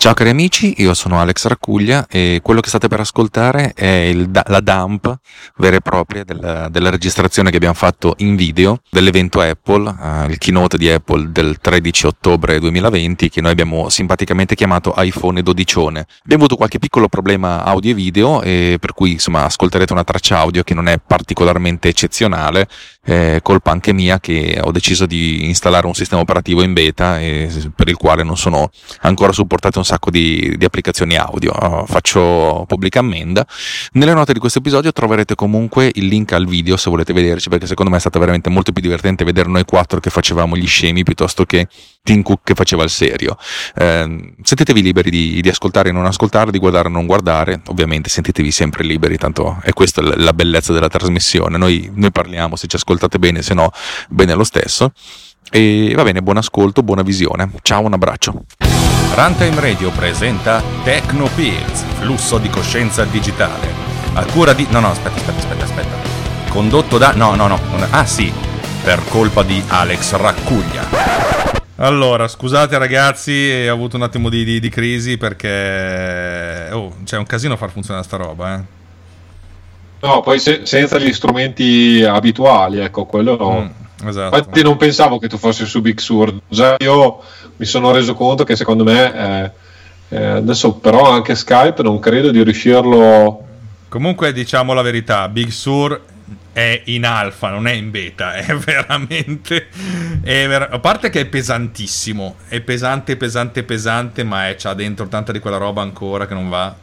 Ciao cari amici, io sono Alex Raccuglia e quello che state per ascoltare è la dump vera e propria della registrazione che abbiamo fatto in video dell'evento Apple, il keynote di Apple del 13 ottobre 2020 che noi abbiamo simpaticamente chiamato iPhone 12. Abbiamo avuto qualche piccolo problema audio e video e per cui insomma ascolterete una traccia audio che non è particolarmente eccezionale, colpa anche mia che ho deciso di installare un sistema operativo in beta e per il quale non sono ancora supportate un sacco di applicazioni audio. Faccio pubblica ammenda. Nelle note di questo episodio troverete comunque il link al video se volete vederci, perché secondo me è stato veramente molto più divertente vedere noi quattro che facevamo gli scemi piuttosto che Tim Cook che faceva il serio. Sentitevi liberi di ascoltare e non ascoltare, di guardare e non guardare, ovviamente sentitevi sempre liberi, tanto è questa la bellezza della trasmissione. Noi parliamo, se ci ascoltate bene, se no bene lo stesso. E va bene, buon ascolto, buona visione. Ciao, un abbraccio. Runtime Radio presenta Tecnopills, flusso di coscienza digitale. A cura di... No, aspetta. Condotto da... No. Ah sì, per colpa di Alex Raccuglia. Allora, scusate ragazzi, ho avuto un attimo di crisi perché... c'è un casino a far funzionare sta roba, No, poi senza gli strumenti abituali, ecco, quello no. Esatto. Infatti non pensavo che tu fossi su Big Sur. Già io mi sono reso conto che secondo me adesso però anche Skype non credo di riuscirlo. Comunque diciamo la verità, Big Sur è in alfa, non è in beta, è veramente a parte che è pesantissimo, è pesante, ma c'ha dentro tanta di quella roba ancora che non va.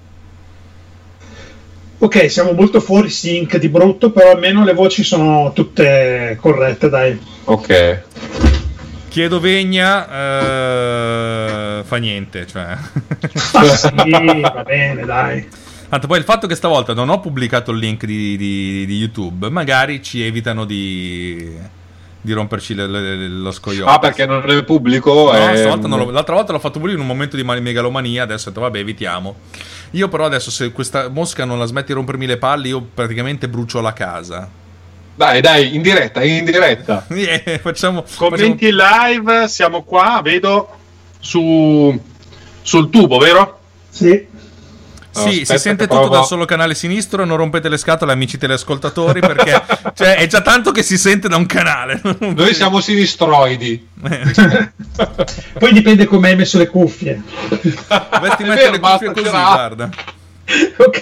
Ok, siamo molto fuori sync di brutto, però almeno le voci sono tutte corrette, dai. Ok. Chiedo vegna, fa niente, cioè. Sì, va bene, dai. Tanto poi il fatto che stavolta non ho pubblicato il link di YouTube, magari ci evitano di romperci lo scoiolo. Ah, perché non è pubblico? No, stavolta l'altra volta l'ho fatto pulire in un momento di megalomania, adesso ho detto vabbè, evitiamo. Io però adesso se questa mosca non la smetti di rompermi le palle, io praticamente brucio la casa. Dai, in diretta. Facciamo commenti live, siamo qua, vedo sul tubo, vero? Sì. Sì, si sente tutto dal solo canale sinistro. Non rompete le scatole, amici telescoltatori, perché cioè, è già tanto che si sente da un canale. Noi siamo sinistroidi. Poi dipende come hai messo le cuffie. Dovresti mettere le cuffie così, guarda. Ok.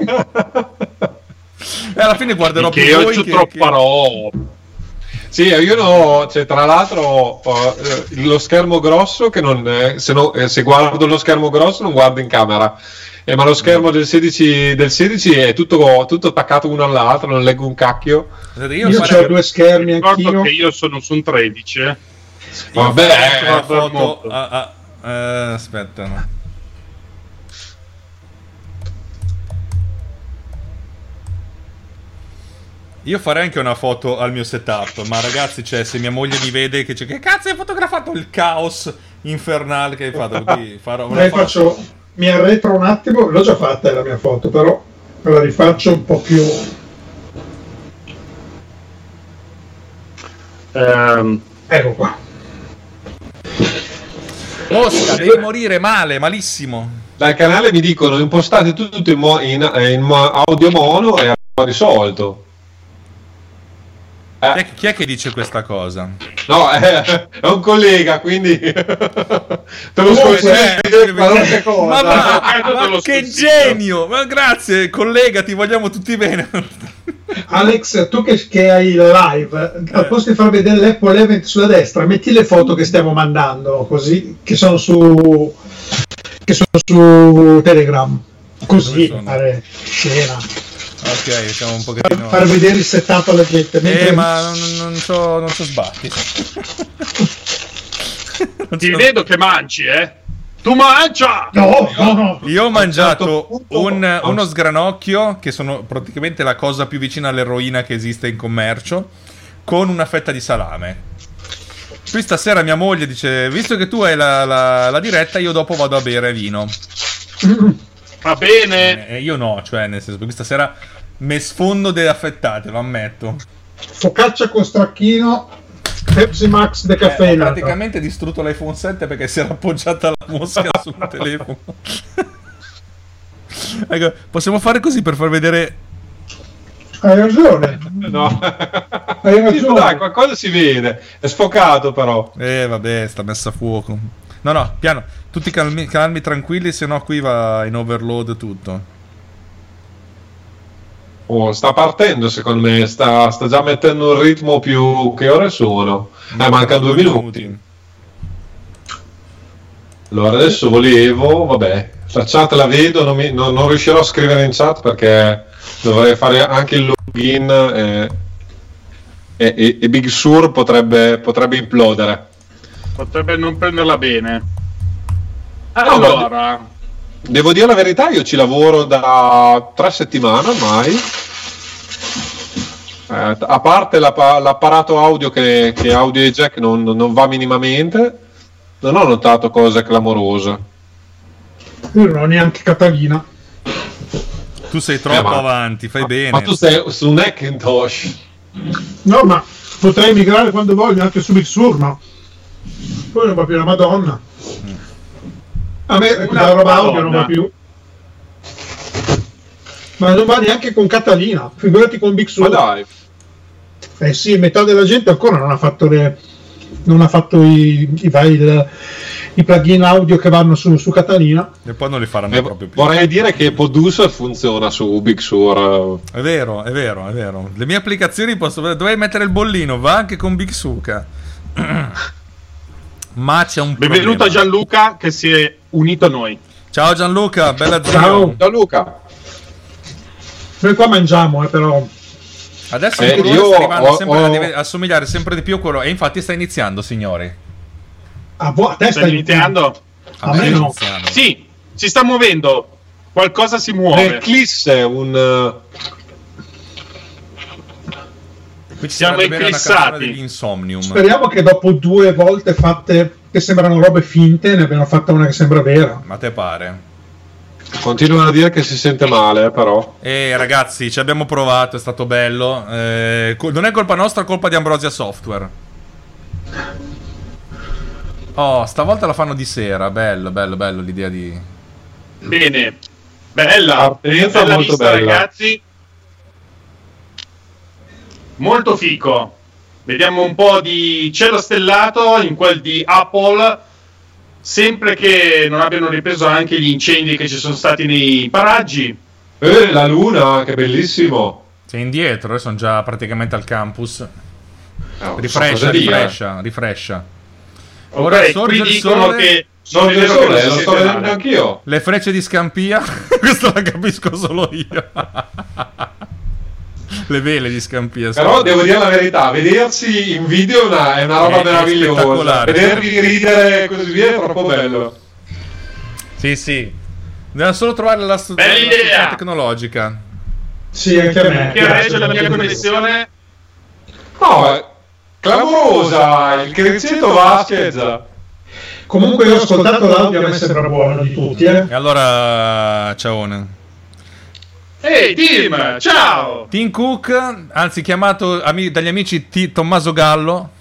Alla fine guarderò che più io voi c'ho troppa roba. Sì, io no, cioè, tra l'altro lo schermo grosso che non se guardo lo schermo grosso non guardo in camera. Ma lo schermo del 16 è tutto attaccato uno all'altro, non leggo un cacchio. Io ho due schermi anch'io. Che io sono su un 13. Vabbè, una foto. Aspetta. No. Io farei anche una foto al mio setup, ma ragazzi, cioè, se mia moglie mi vede che cazzo hai fotografato il caos infernale che hai fatto, così mi arretro un attimo, l'ho già fatta la mia foto, però la rifaccio un po' più. Ecco qua. Mosca, devi morire male, malissimo. Dal canale mi dicono impostate tutto in audio mono e abbiamo risolto. Chi è che dice questa cosa? No, è un collega, quindi te lo sconsiglio qualunque cosa. Ma che genio! Ma grazie, collega, ti vogliamo tutti bene. Alex, tu che hai il live, al posto di far vedere l'Apple Event sulla destra, metti le foto che stiamo mandando, così, che sono su Telegram, così fare scena. Ok, siamo un pochettino... Far vedere il setup alla gente. Ma non c'ho sbatti. Ti vedo che mangi, Tu mangia! No. Io ho mangiato uno sgranocchio, che sono praticamente la cosa più vicina all'eroina che esiste in commercio, con una fetta di salame. Qui stasera mia moglie dice, visto che tu hai la diretta, io dopo vado a bere vino. Va bene. Io no, cioè nel senso, questa sera me sfondo delle affettate, lo ammetto. Focaccia con stracchino Pepsi Max decaffeinato. Ho praticamente distrutto l'iPhone 7 perché si era appoggiata la mosca sul telefono. Ecco, possiamo fare così per far vedere. Hai ragione. No. Hai ragione. Sì, dai, qualcosa si vede. È sfocato però. Vabbè, sta messa a fuoco. No, piano. Tutti calmi tranquilli, se no qui va in overload tutto. Oh, sta partendo secondo me, sta già mettendo un ritmo più... Che ore sono? Mancano 2 minuti. Allora adesso vabbè, la chat la vedo, non riuscirò a scrivere in chat perché dovrei fare anche il login e Big Sur potrebbe implodere. Potrebbe non prenderla bene. No, Allora, devo dire la verità, io ci lavoro da 3 settimane ormai. A parte l'apparato audio che audio e jack non va minimamente, non ho notato cose clamorose. Io non ho neanche Catalina. Tu sei troppo avanti, fai bene. Ma tu sei su un Hackintosh. No, ma potrei migrare quando voglio anche su Big Sur, no? Poi non va più la Madonna. A me la roba audio non va più. Ma non va neanche con Catalina, figurati con Big Sur. Ma dai. Eh sì, metà della gente ancora non ha fatto i plugin audio che vanno su Catalina. E poi non li faranno proprio più. Vorrei dire che Producer funziona su Big Sur. È vero. Le mie applicazioni dovrei mettere il bollino, va anche con Big Suka. Ma c'è un problema. benvenuto a Gianluca che si è unito a noi. Ciao Gianluca, bella zio. Ciao Luca. Noi qua mangiamo, però. Adesso il colore sta arrivando sempre deve assomigliare sempre di più a quello. E infatti sta iniziando, signori. A te Stai iniziando? A me no. Sì, si sta muovendo. Qualcosa si muove. Eclisse un... Qui ci Siamo sarebbe bene una eclissati. canzone degli Insomnium. Speriamo che dopo 2 volte fatte che sembrano robe finte ne abbiano fatta una che sembra vera. Ma te pare? Continuano a dire che si sente male, però. Ragazzi, ci abbiamo provato, è stato bello. Non è colpa nostra, è colpa di Ambrosia Software. Oh, stavolta la fanno di sera. Bello l'idea di... Bene. Bella. Partenza Bella molto vista, bella. ragazzi. Molto fico. Vediamo un po' di cielo stellato in quel di Apple. Sempre che non abbiano ripreso anche gli incendi che ci sono stati nei paraggi. La luna, che bellissimo. Sei indietro, sono già praticamente al campus. Rifrescia. Rifrescia. Ok, Ora sorge qui il dicono sole. che Sorge il è vero che non sole, si lo sto sente vedendo male. anch'io. Le frecce di Scampia. Questo la capisco solo io. Le vele di Scampia. Però devo dire la verità, vedersi in video è una roba È meravigliosa. spettacolare. Vedervi ridere e così via è troppo bello. Sì. Dobbiamo solo trovare la Bella idea. soluzione tecnologica. Sì, anche a me. Che regge la mia connessione. No, è clamorosa. Il Criceto Vasquez. Comunque io ho ascoltato l'audio, a me sembra buono di tutti, E allora, ciao. Ehi, Tim, ciao! Tim Cook, anzi chiamato dagli amici Tommaso Gallo.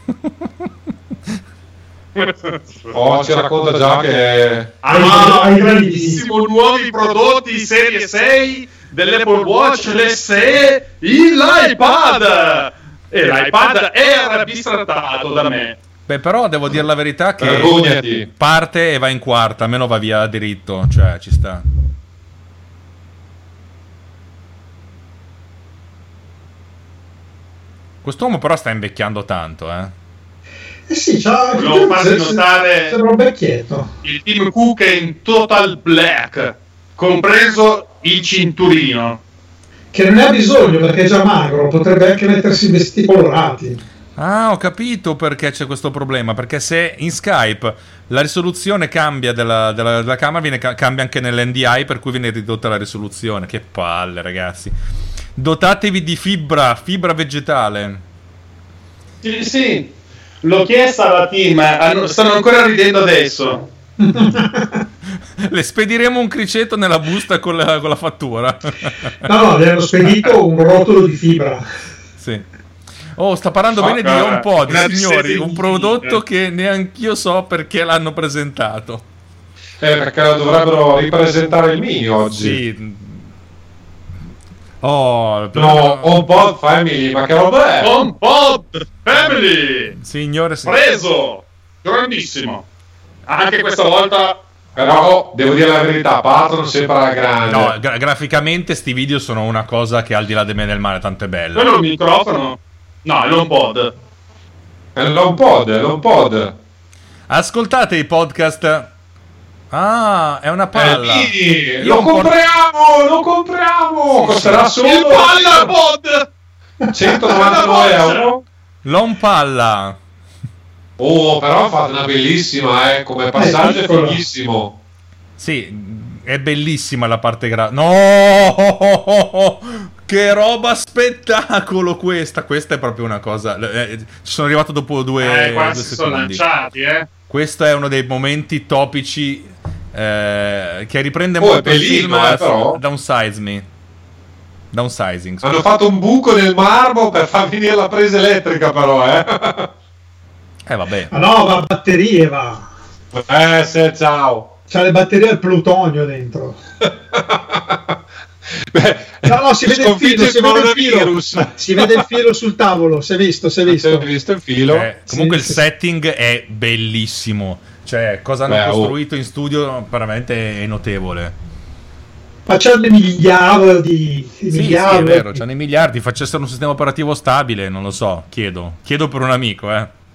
Ci racconta già che... Ai grandissimo nuovi prodotti serie 6 dell'Apple Watch, l'SE, l'iPad! E l'iPad era bistrattato da me. Beh, però devo dire la verità che Vergognati. parte e va in quarta, almeno va via diritto, cioè ci sta. Quest'uomo però sta invecchiando tanto, sì, Volevo farvi notare sembra un vecchietto. il Tim Cook è in total black, compreso il cinturino. Che non ne ha bisogno perché è già magro, potrebbe anche mettersi i vestiti colorati. Ah, ho capito perché c'è questo problema, perché se in Skype la risoluzione cambia della camera, cambia anche nell'NDI, per cui viene ridotta la risoluzione. Che palle, ragazzi. Dotatevi di fibra vegetale. Sì, l'ho chiesta alla team, stanno ancora ridendo adesso. Le spediremo un criceto nella busta con la fattura. No, le hanno spedito un rotolo di fibra. Sì. sta parlando bene di HomePod, signori, un siete prodotto che neanch'io so perché l'hanno presentato. Perché dovrebbero ripresentare il mio oggi. Sì. Oh, No, HomePod Family, ma che roba è? HomePod Family! Signore, Preso! Grandissimo! Anche questa volta... Però devo dire la verità, partono sempre alla grande. no, graficamente sti video sono una cosa che al di là del bene e del male tanto è bella. Quello è il microfono? No, è l'HomePod. È l'HomePod. Ascoltate i podcast. Ah, è una palla. Lo compriamo! Costerà solo Il PallaPod! 199 euro. L'Ompalla. Oh, però fate una bellissima, come passaggio è piccolo. fighissimo. Sì, è bellissima la parte No! Che roba spettacolo questa! Questa è proprio una cosa. Ci sono arrivato dopo due Quasi si sono secondi. lanciati, Questo è uno dei momenti topici che riprende È molto il bellino, film però. Downsizing. Hanno fatto un buco nel marmo per far venire la presa elettrica, però, Vabbè. Ma no, va a batterie, va. Se, ciao. C'ha le batterie al plutonio dentro. Beh, No, si vede il filo, sconfigge si vede il filo. coronavirus. Si vede il filo sul tavolo, si è visto. Hai visto il filo? Comunque Sì, il sì. setting è bellissimo. Cioè, cosa hanno Beh, costruito in studio veramente è notevole. Ma c'hanno miliardi di Sì, miliardi. è vero, c'hanno i miliardi. Facessero un sistema operativo stabile, non lo so, chiedo per un amico,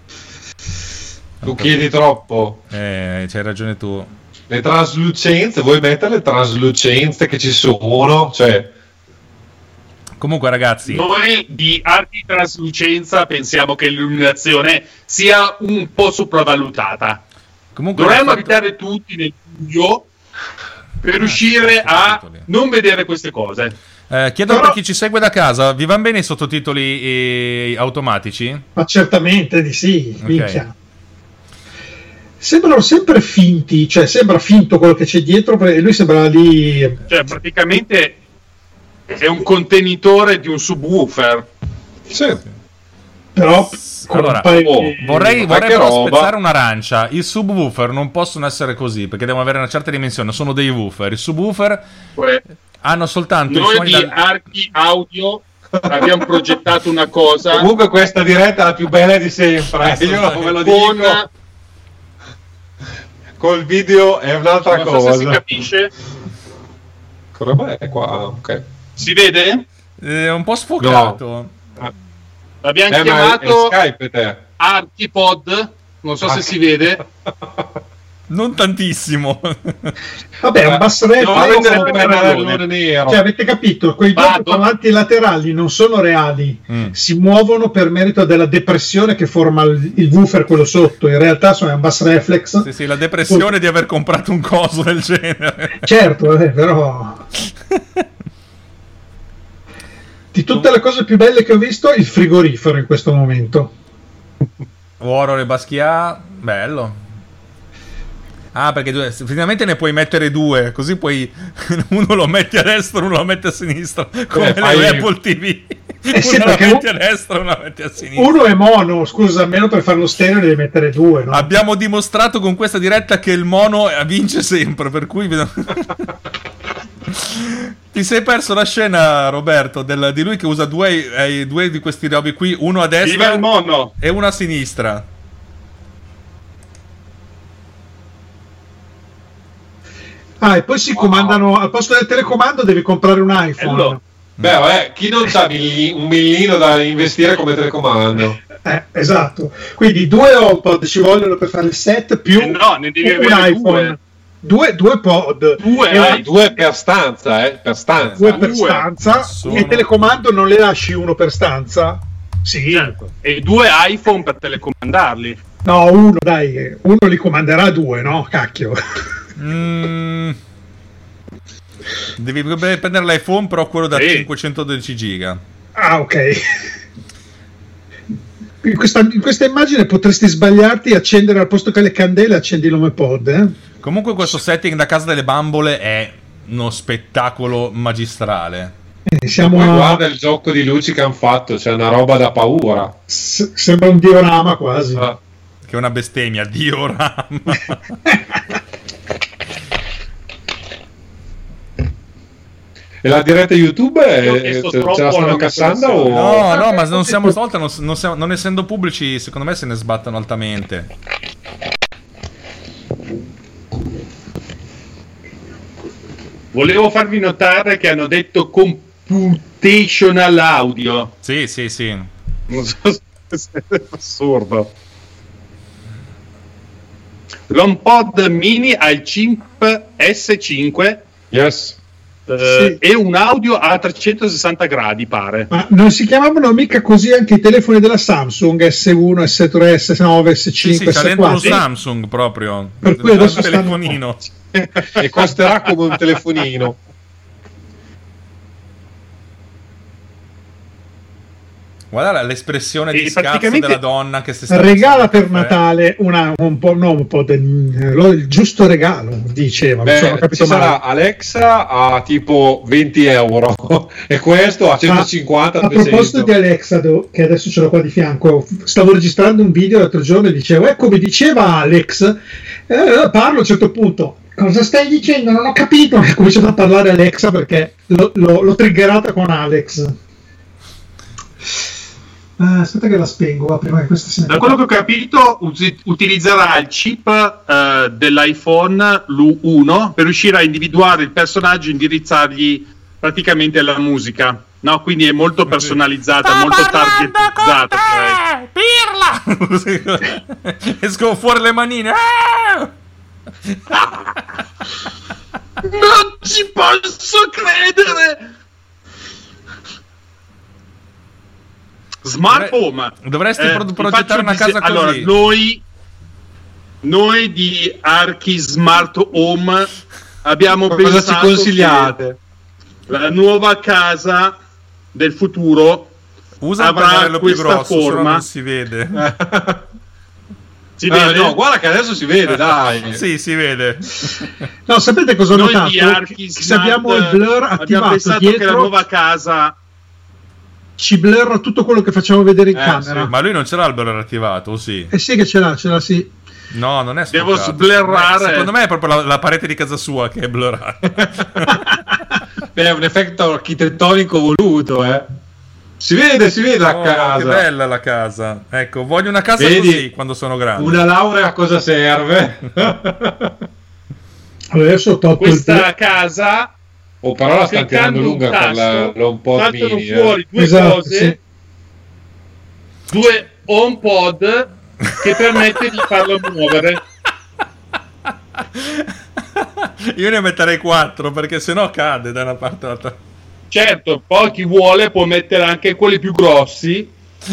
Tu chiedi troppo. C'hai ragione tu. Le traslucenze, vuoi mettere le traslucenze che ci sono? Cioè, Comunque ragazzi, Noi di arti traslucenza pensiamo che l'illuminazione sia un po' sopravvalutata. comunque Dovremmo il fatto- abitare tutti nel buio per riuscire a non vedere queste cose. chiedo per chi ci segue da casa, vi van bene i sottotitoli automatici? Ma certamente di sì, Ok. minchia. Sembrano sempre finti, cioè sembra finto quello che c'è dietro, perché lui sembra lì. Cioè, praticamente è un contenitore di un subwoofer. sì. Però con Allora, un paio oh, di- Vorrei Ma che però roba. spezzare un'arancia. I subwoofer non possono essere così perché devono avere una certa dimensione. Sono dei woofer. I subwoofer hanno soltanto i Noi suoni di Archi Audio abbiamo progettato una cosa Comunque questa diretta è la più bella di sempre. Io ve lo con... dico. Col video è un'altra Non so se si cosa. capisce. Che roba è qua? Ok. Si vede? è un po' sfocato. L'abbiamo Ma è chiamato Skype te. Archipod. Non so se si vede. Non tantissimo. Vabbè, un bass ref. No, Fai vedere no, il no, pennellone. nero. Cioè, avete capito? Quei due Vado. parlanti laterali non sono reali, si muovono per merito della depressione che forma il woofer quello sotto. In realtà sono un bass reflex. Sì, la depressione di aver comprato un coso del genere. Certo, però. Di tutte le cose più belle che ho visto, il frigorifero in questo momento. Horror e Basquiat, bello. Ah, perché finalmente ne puoi mettere due, così poi uno lo metti a destra, uno lo metti a sinistra, come fai- le Apple TV. sì, Uno lo perché metti a destra, uno lo metti a sinistra. Uno è mono, scusa, almeno per fare lo stereo devi mettere due, no? Abbiamo dimostrato con questa diretta che il mono vince sempre, per cui... Ti sei perso la scena, Roberto, di lui che usa due di questi robi qui, uno a Viva destra il mono! e uno a sinistra. Ah, e poi si comandano, al posto del telecomando devi comprare un iPhone. Bello. Beh, vabbè, chi non ha un millino da investire come telecomando? Esatto. Quindi due HomePod ci vogliono per fare il set più No, ne devi un avere iPhone. Due pod. Due, E Due per stanza, per stanza. due per Due. stanza. Sono- Il telecomando non le lasci uno per stanza? Sì. Certo. E due iPhone per telecomandarli. No, uno, dai. Uno li comanderà due, no? Cacchio. Devi prendere l'iPhone, però quello da Sì. 512 giga. Ah, ok. In questa immagine potresti sbagliarti e accendere al posto che le candele, accendi l'HomePod, eh? Comunque questo setting da casa delle bambole è uno spettacolo magistrale. Siamo Poi guarda il gioco di luci che hanno fatto, c'è una roba da paura. Sembra un diorama quasi. Ah. Che è una bestemmia, diorama. E la diretta YouTube Io ho chiesto ce la troppo stanno alla cassando mia No, ma non siamo stavolta, non essendo pubblici, secondo me se ne sbattono altamente. Volevo farvi notare che hanno detto computational audio. Sì. Non so se è assurdo. L'HomePod mini ha il chip S5 Yes. Sì. e un audio a 360 gradi, pare. Ma non si chiamavano mica così anche i telefoni della Samsung S1, S3, S9, S5, Sì, c'ha dentro un S4? Samsung proprio. Per cui adesso un telefonino. E costerà come un telefonino. Guarda l'espressione di E scazzo praticamente della donna che si sta Regala facendo per Natale il giusto regalo, diceva. Non so, ho Beh, capito ci male. sarà Alexa a tipo 20 euro e questo a 150. A 200. proposito di Alexa, che adesso ce l'ho qua di fianco, stavo registrando un video l'altro giorno e dicevo, ecco, mi diceva Alex, parlo a un certo punto, cosa stai dicendo? Non ho capito. Ho cominciato a parlare Alexa perché l'ho triggerata con Alex. Aspetta che la spengo prima che questa se ne Da quello che ho capito, utilizzerà il chip dell'iPhone l'U1 per riuscire a individuare il personaggio e indirizzargli praticamente la musica. No, quindi è molto personalizzata, molto targetizzata. Pirla! Escono fuori le manine. Non ci posso credere! Smart home. Dovresti progettare faccio una casa così. Allora, noi di Archi Smart Home abbiamo Cosa ci pensato consigliate? che la nuova casa del futuro Usa un avrà pannello più questa grosso, sennò forma. non si vede. Si vede? No, guarda che adesso si vede, dai. Sì, si vede. No, sapete cosa ho Noi notato? di Archi Che se Smart abbiamo il blur abbiamo attivato pensato che la dietro, nuova casa ci blurra tutto quello che facciamo vedere in camera. sì. Ma lui non ce l'ha il blur attivato, o sì? Eh sì che ce l'ha, sì. No, non è Devo sfoccato. sblurrare. Secondo me è proprio la parete di casa sua che è blurrata. Beh, è un effetto architettonico voluto, Si vede la Oh, casa. che bella la casa. Ecco, voglio una casa Vedi? così quando sono grande. Una laurea a cosa serve? Adesso ho tolto questa casa Oh, però la stanno tirando cliccando lunga un per tasto, l'HomePod saltano mini. fuori due Esatto, cose, sì. due HomePod che permette di farlo muovere. Io ne metterei 4 perché sennò cade da una parte all'altra. Certo, poi chi vuole può mettere anche quelli più grossi.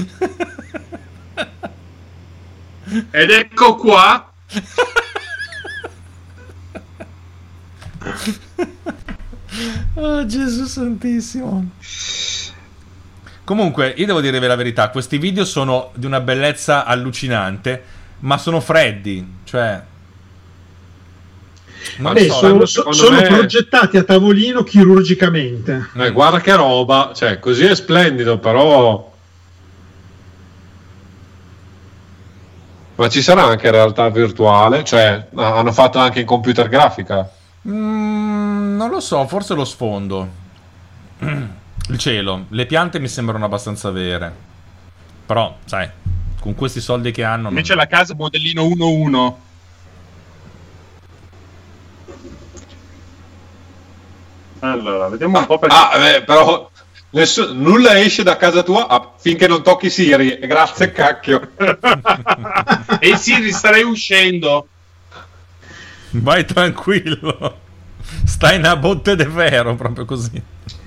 Ed ecco qua. Oh, Gesù santissimo. Comunque, io devo dirvi la verità, questi video sono di una bellezza allucinante, ma sono freddi, cioè non Beh, so, sono me- progettati a tavolino chirurgicamente. Guarda che roba, cioè così è splendido, però ma ci sarà anche realtà virtuale, cioè hanno fatto anche in computer grafica. non lo so, forse lo sfondo. Il cielo, le piante mi sembrano abbastanza vere. Però, sai, con questi soldi che hanno Invece la casa modellino 1-1. Allora, vediamo un po' perché... Però nulla esce da casa tua finché non tocchi Siri. Grazie, cacchio. E Siri, starei uscendo. vai tranquillo. Stai in una botte de ferro, proprio così.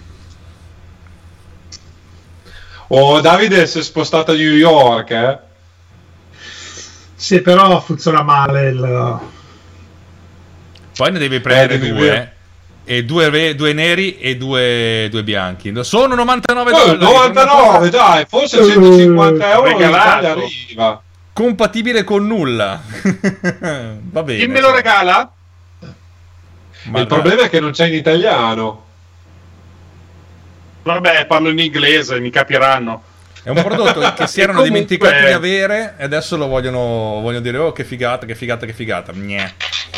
Oh, Davide si è spostato a New York, Sì, però funziona male il... Poi ne devi prendere devi due. E due neri e due bianchi. Sono 99 Oh, dollari. 99, dai, forse 150 euro in regalato. Italia arriva. Compatibile con nulla. Va bene. Chi me lo regala? Ma Il problema è che non c'è in italiano. Vabbè, parlo in inglese, mi capiranno. È un prodotto che si erano comunque... dimenticati di avere e adesso lo vogliono dire, oh che figata, che figata, che figata. Gnè.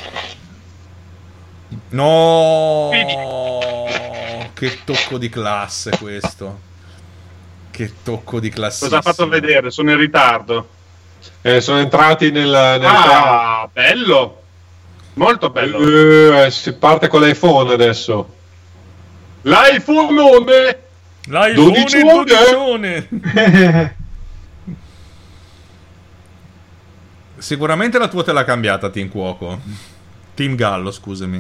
No, che tocco di classe questo. Che tocco di classe. Cosa ha fatto vedere? Sono in ritardo. Sono entrati nel bello. Molto bello. Si parte con l'iPhone adesso. L'iPhone! Dodicione. Sicuramente la tua te l'ha cambiata, Team Cuoco. Team Gallo, scusami.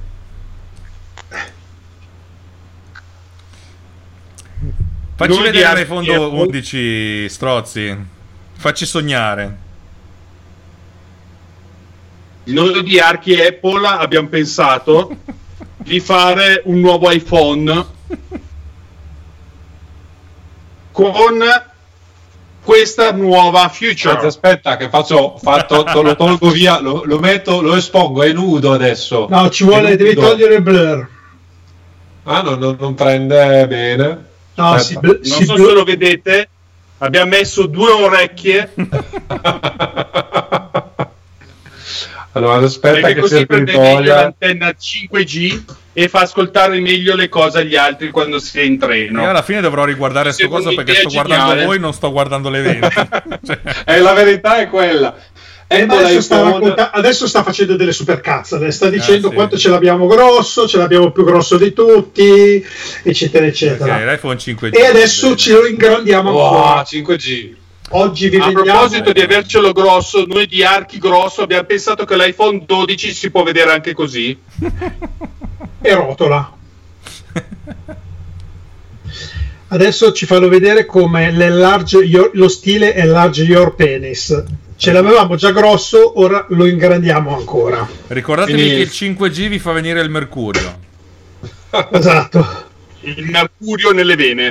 Facci vedere l'iPhone 11, Strozzi. Facci sognare. Noi di Archi Apple abbiamo pensato di fare un nuovo iPhone con questa nuova feature. Aspetta che lo tolgo via, lo metto, lo espongo, è nudo adesso. No, ci vuole, devi togliere il blur. Ah, non prende bene. No, non so se lo vedete, abbiamo messo 2 orecchie. Allora, aspetta perché che così prende toglia meglio l'antenna 5G e fa ascoltare meglio le cose agli altri quando si è in treno. Io alla fine dovrò riguardare sto coso perché sto guardando voi, non sto guardando l'evento. Cioè... la verità è quella. Adesso sta facendo delle supercazzate, sta dicendo quanto ce l'abbiamo grosso, ce l'abbiamo più grosso di tutti, eccetera eccetera. Okay, l'iPhone 5G, e adesso ce lo ingrandiamo ancora. 5G. Oggi vi a proposito di avercelo grosso, noi di Archi grosso abbiamo pensato che l'iPhone 12 si può vedere anche così. E rotola. Adesso ci fanno vedere come lo stile enlarge your penis. Ce l'avevamo già grosso, ora lo ingrandiamo ancora. Ricordatevi che il 5G vi fa venire il mercurio. Esatto. Il mercurio nelle vene.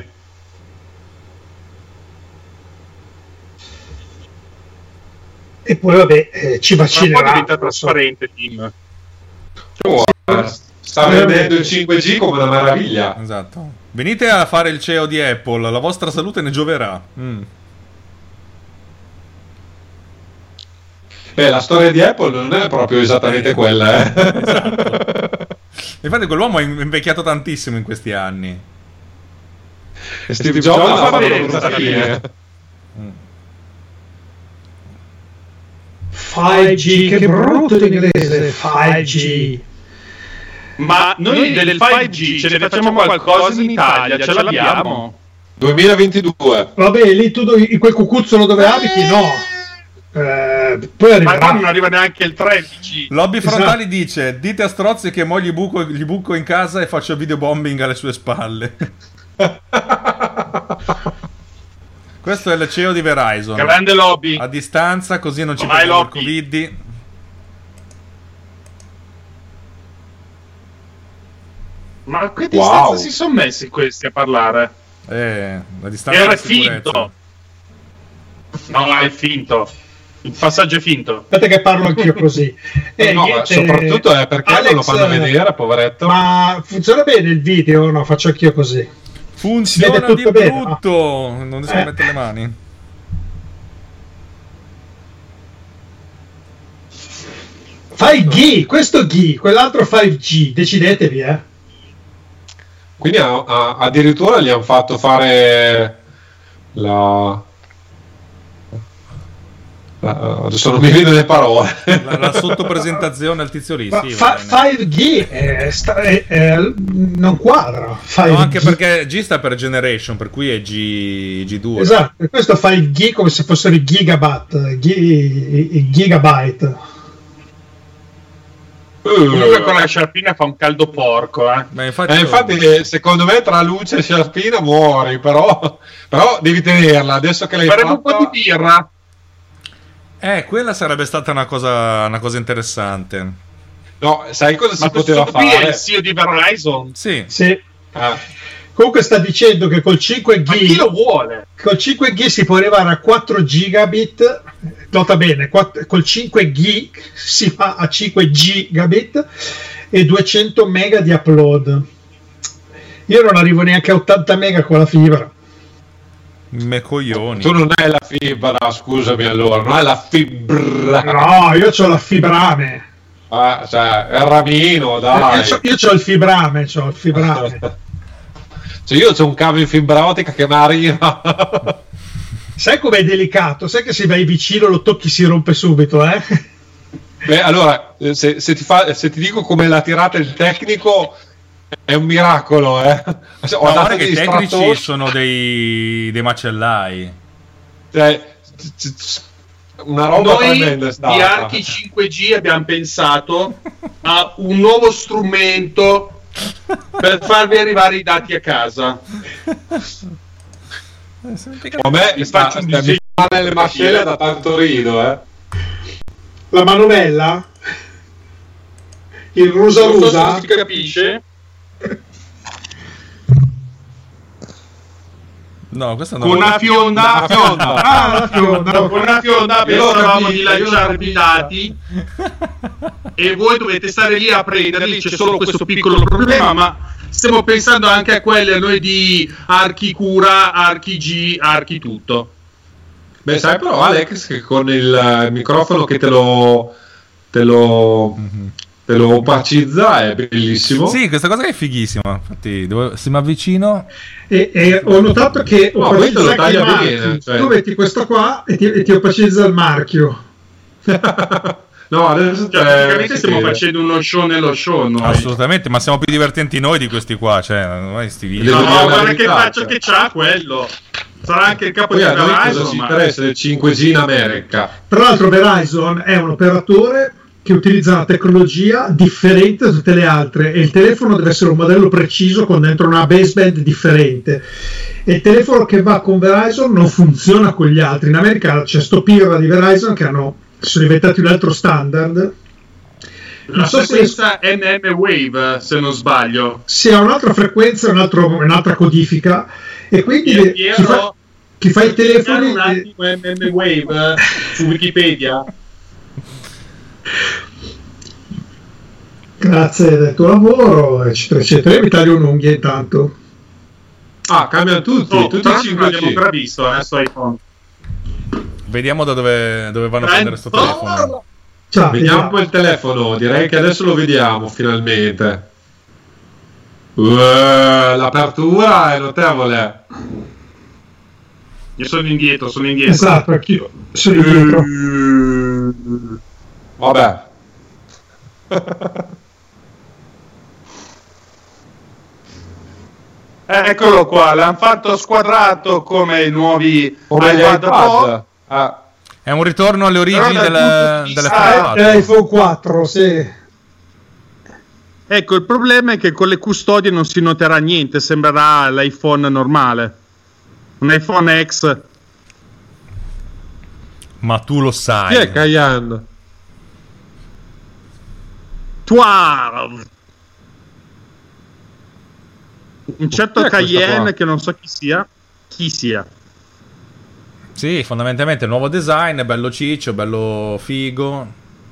E poi vabbè, ci vaccinerà. Ma poi diventa trasparente, Tim. Sta vedendo il 5G come una meraviglia. Esatto. Venite a fare il CEO di Apple, la vostra salute ne gioverà. La storia di Apple non è proprio esattamente quella, Esatto. Infatti quell'uomo è invecchiato tantissimo in questi anni. E Steve Jobs ha fatto brutta fine. 5G, che brutto l'inglese, 5G. Ma noi del 5G ce ne facciamo qualcosa in Italia, ce l'abbiamo. 2022. Vabbè, lì tu in quel cucuzzolo dove abiti, no. Poi arriverà. Ma non arriva neanche il 13. Lobby Frontali dice: dite a Strozzi che mo gli buco in casa e faccio videobombing alle sue spalle. Questo è il CEO di Verizon. Grande lobby. A distanza, così non ci prendiamo il Covid. Ma a che distanza si sono messi questi a parlare? La distanza era finto. No, è finto. Il passaggio è finto. Aspetta che parlo anch'io così. Soprattutto è perché Alex, non lo fanno vedere, poveretto. Ma funziona bene il video? No, faccio anch'io così. Funziona di brutto, no? Non riesco a mettere le mani. Fai G, questo G, quell'altro 5G, decidetevi, Quindi addirittura gli hanno fatto fare adesso non mi vedo le parole. La sottopresentazione al tizio lì. Sì, 5G non quadra. 5G. No, anche perché G sta per generation, per cui è G2. Esatto, questo 5G come se fossero i gigabyte. Comunque con la sciarpina fa un caldo porco, Ma infatti secondo me tra luce e sciarpina muori, però devi tenerla adesso che l'hai fatta. Un po' di birra. Quella sarebbe stata una cosa interessante. No, sai cosa si poteva fare? Ma è il CEO di Verizon? Sì. Comunque sta dicendo che col 5G, ma chi lo vuole? Col 5G si può arrivare a 4 gigabit. Nota bene, col 5G si fa a 5 gigabit e 200 mega di upload. Io non arrivo neanche a 80 mega con la fibra. Me coglioni. Tu non hai la fibra, scusami, allora, non hai la fibra. No, io c'ho la fibrame. Cioè, è il ramino, dai. Io c'ho il fibrame, c'ho il fibrame. Cioè, io c'ho un cavo in fibra ottica che mi arriva. Sai com'è delicato? Sai che se vai vicino lo tocchi si rompe subito, eh? Beh, allora, se ti dico come l'ha tirata il tecnico, è un miracolo, eh. Ma guarda che i tecnici sono dei macellai. Cioè, una roba tremenda è stata. Noi di Archi 5G abbiamo pensato a un nuovo strumento per farvi arrivare i dati a casa. A me mi faccio un disegno nelle mascelle da tanto rido, eh. La manovella? Il Non so rusa? se si capisce. No, questa Con una fionda, la fionda. con una fionda pensavamo di lanciarvi i dati e voi dovete stare lì a prenderli. C'è solo questo piccolo problema, ma stiamo pensando anche a quelli a noi di Archi Cura, Archi G, Archi tutto. Beh, sai però Alex che con il microfono che te lo opacizza è bellissimo. Sì, questa cosa è fighissima. Infatti, se mi avvicino. E ho notato che questo lo opacizza taglia anche i bene, marchi. cioè. Tu metti questo qua e ti opacizza il marchio. No, adesso Praticamente stiamo facendo uno show nello show noi. Assolutamente, ma siamo più divertenti noi di questi qua. Cioè, noi sti video. No, Devo dire la guarda che verità, faccia cioè. che c'ha quello. Sarà anche il capo Poi di a noi cosa Verizon, ci ma interessa del 5G in America? Tra l'altro Verizon è un operatore che utilizza una tecnologia differente da tutte le altre e il telefono deve essere un modello preciso con dentro una baseband differente e il telefono che va con Verizon non funziona con gli altri. In America c'è sto pirla di Verizon che sono diventati un altro standard. la frequenza MM Wave, se non sbaglio. Si ha un'altra frequenza, un'altra codifica e quindi chi fa i telefoni un attimo MM Wave su Wikipedia. grazie del tuo lavoro eccetera eccetera. Io mi taglio un'unghia intanto. Cambiano tutti Tutti i l'abbiamo 5G. ancora visto su iPhone. Vediamo da dove vanno a prendere sto telefono. Ciao, Vediamo un po' il telefono, direi che adesso lo vediamo finalmente. L'apertura è notevole. Io sono indietro. esatto, anch'io sono indietro. Vabbè. Eccolo qua, l'hanno fatto squadrato come i nuovi Come gli iPad Pro. iPad. È un ritorno alle origini Però dal punto di delle vista- iPhone 4, sì. Ecco, il problema è che con le custodie non si noterà niente, sembrerà l'iPhone normale. Un iPhone X. Ma tu lo sai. Chi è Cayenne? 12. Un certo Chi è questo Cayenne qua? che non so chi sia. Sì, fondamentalmente il nuovo design, è bello ciccio, bello figo.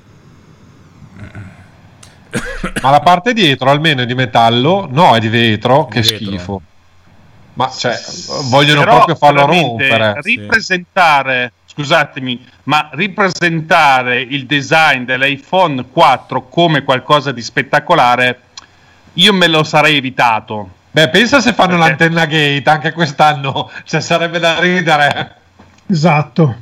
Ma la parte dietro almeno è di metallo? No, è di vetro. Che vetro. schifo. Ma cioè, vogliono Però, proprio farlo veramente, rompere. ripresentare, scusatemi, ma ripresentare il design dell'iPhone 4 come qualcosa di spettacolare, io me lo sarei evitato. Beh, pensa se fanno Perché? l'antenna gate anche quest'anno, cioè sarebbe da ridere. Esatto.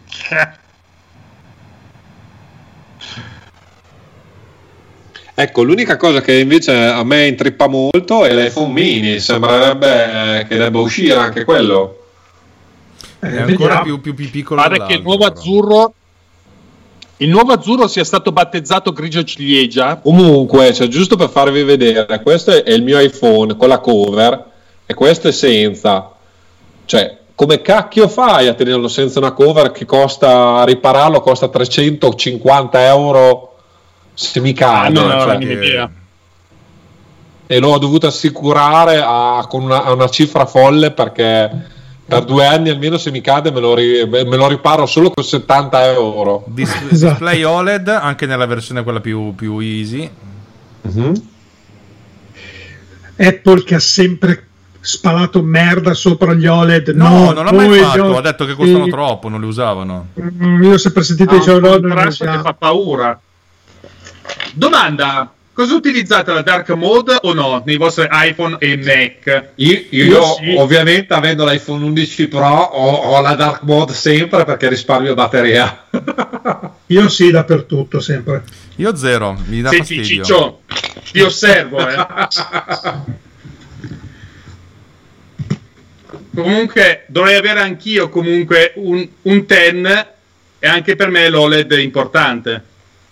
Ecco, l'unica cosa che invece a me intrippa molto è l'iPhone mini, sembrerebbe che debba uscire anche quello. È ancora Vediamo. più piccolo Pare che dell'altro, il nuovo azzurro sia stato battezzato grigio ciliegia. Comunque, cioè, giusto per farvi vedere, questo è il mio iPhone con la cover e questo è senza. Cioè, come cacchio fai a tenerlo senza una cover che costa, a ripararlo costa 350 euro se mi cade? non ho la cioè, minima idea. e l'ho dovuto assicurare con una cifra folle perché per 2 anni almeno se mi cade me lo riparo solo con 70 euro. Display OLED anche nella versione quella più easy. Mhm. Apple che ha sempre spalato merda sopra gli OLED. No, non l'ha mai fatto, io, ha detto che costano troppo, non li usavano. Io ho sempre sentito dicevo no, il contrasto che fa paura. Domanda: cosa utilizzate, la dark mode o no nei vostri iPhone e Mac? Io Sì. ovviamente, avendo l'iPhone 11 Pro, ho la dark mode sempre perché risparmio batteria. Io sì, dappertutto sempre. Io zero, mi dà Senti, fastidio. Ciccio, ti osservo, Comunque dovrei avere anch'io comunque un 10, e anche per me l'OLED è importante.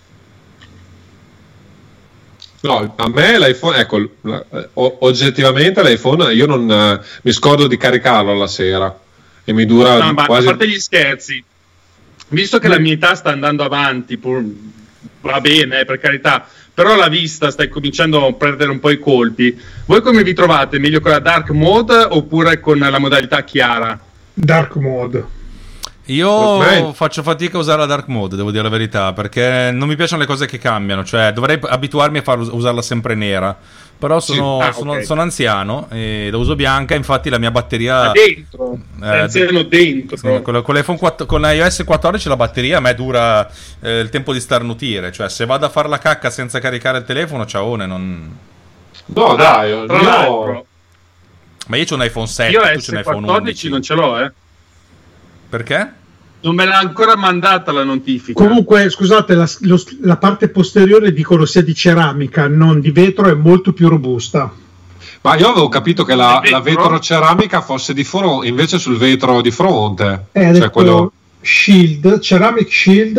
No, a me l'iPhone, ecco, oggettivamente l'iPhone io non mi scordo di caricarlo la sera e mi dura No, ma quasi. a parte gli scherzi, visto che la mia età sta andando avanti, va bene, per carità, però la vista sta cominciando a perdere un po' i colpi. Voi come vi trovate? Meglio con la dark mode oppure con la modalità chiara? Dark mode. Io Ormai- faccio fatica a usare la dark mode, devo dire la verità, perché non mi piacciono le cose che cambiano, cioè dovrei abituarmi a usarla sempre nera, però sono, Sì. Ah, sono- ok. sono anziano e la uso bianca, infatti la mia batteria... Dentro, anziano dentro. Sì, con l'iPhone 4, con iOS 14 la batteria a me dura il tempo di starnutire, cioè se vado a fare la cacca senza caricare il telefono, ciaone, non... No, dai, Tra io- l'altro, Ma io c'ho un iPhone 7, io tu c'hai un iPhone 14 11. non ce l'ho, Perché? Non me l'ha ancora mandata la notifica. Comunque, scusate, la parte posteriore dicono sia di ceramica, non di vetro, è molto più robusta. Ma io avevo capito che la Vetro? vetroceramica fosse di fronte, invece sul vetro di fronte. Ha Cioè detto quello. Shield, Ceramic Shield.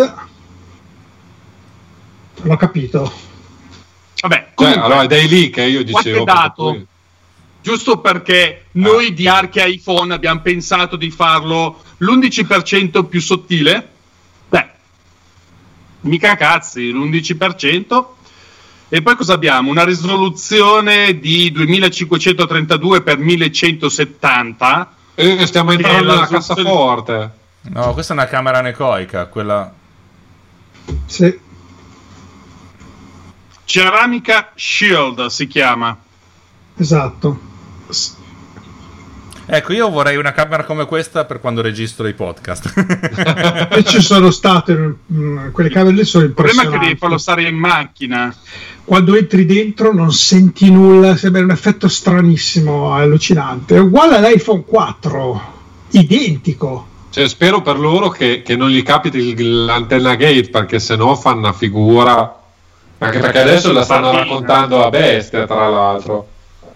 Non ho capito. Vabbè, Cioè, comunque, allora è dai lì che io dicevo. qualche dato. per cui- giusto perché noi di Arche iPhone abbiamo pensato di farlo l'11% più sottile. Beh, mica cazzi, l'11%. E poi cosa abbiamo? Una risoluzione di 2532 x 1170. stiamo Che è entrando la nella risoluzione- cassaforte. No, questa è una camera anecoica, quella... Sì. Ceramica Shield si chiama. Esatto. Ecco, io vorrei una camera come questa per quando registro i podcast. E ci sono state quelle camere lì sono Il problema è che impressionanti. devi farlo stare in macchina. Quando entri dentro non senti nulla, sembra un effetto stranissimo, allucinante. È uguale all'iPhone 4, identico. Cioè, spero per loro che non gli capiti l'antenna gate, perché sennò fanno una figura. Anche perché adesso la stanno raccontando a bestia, tra l'altro.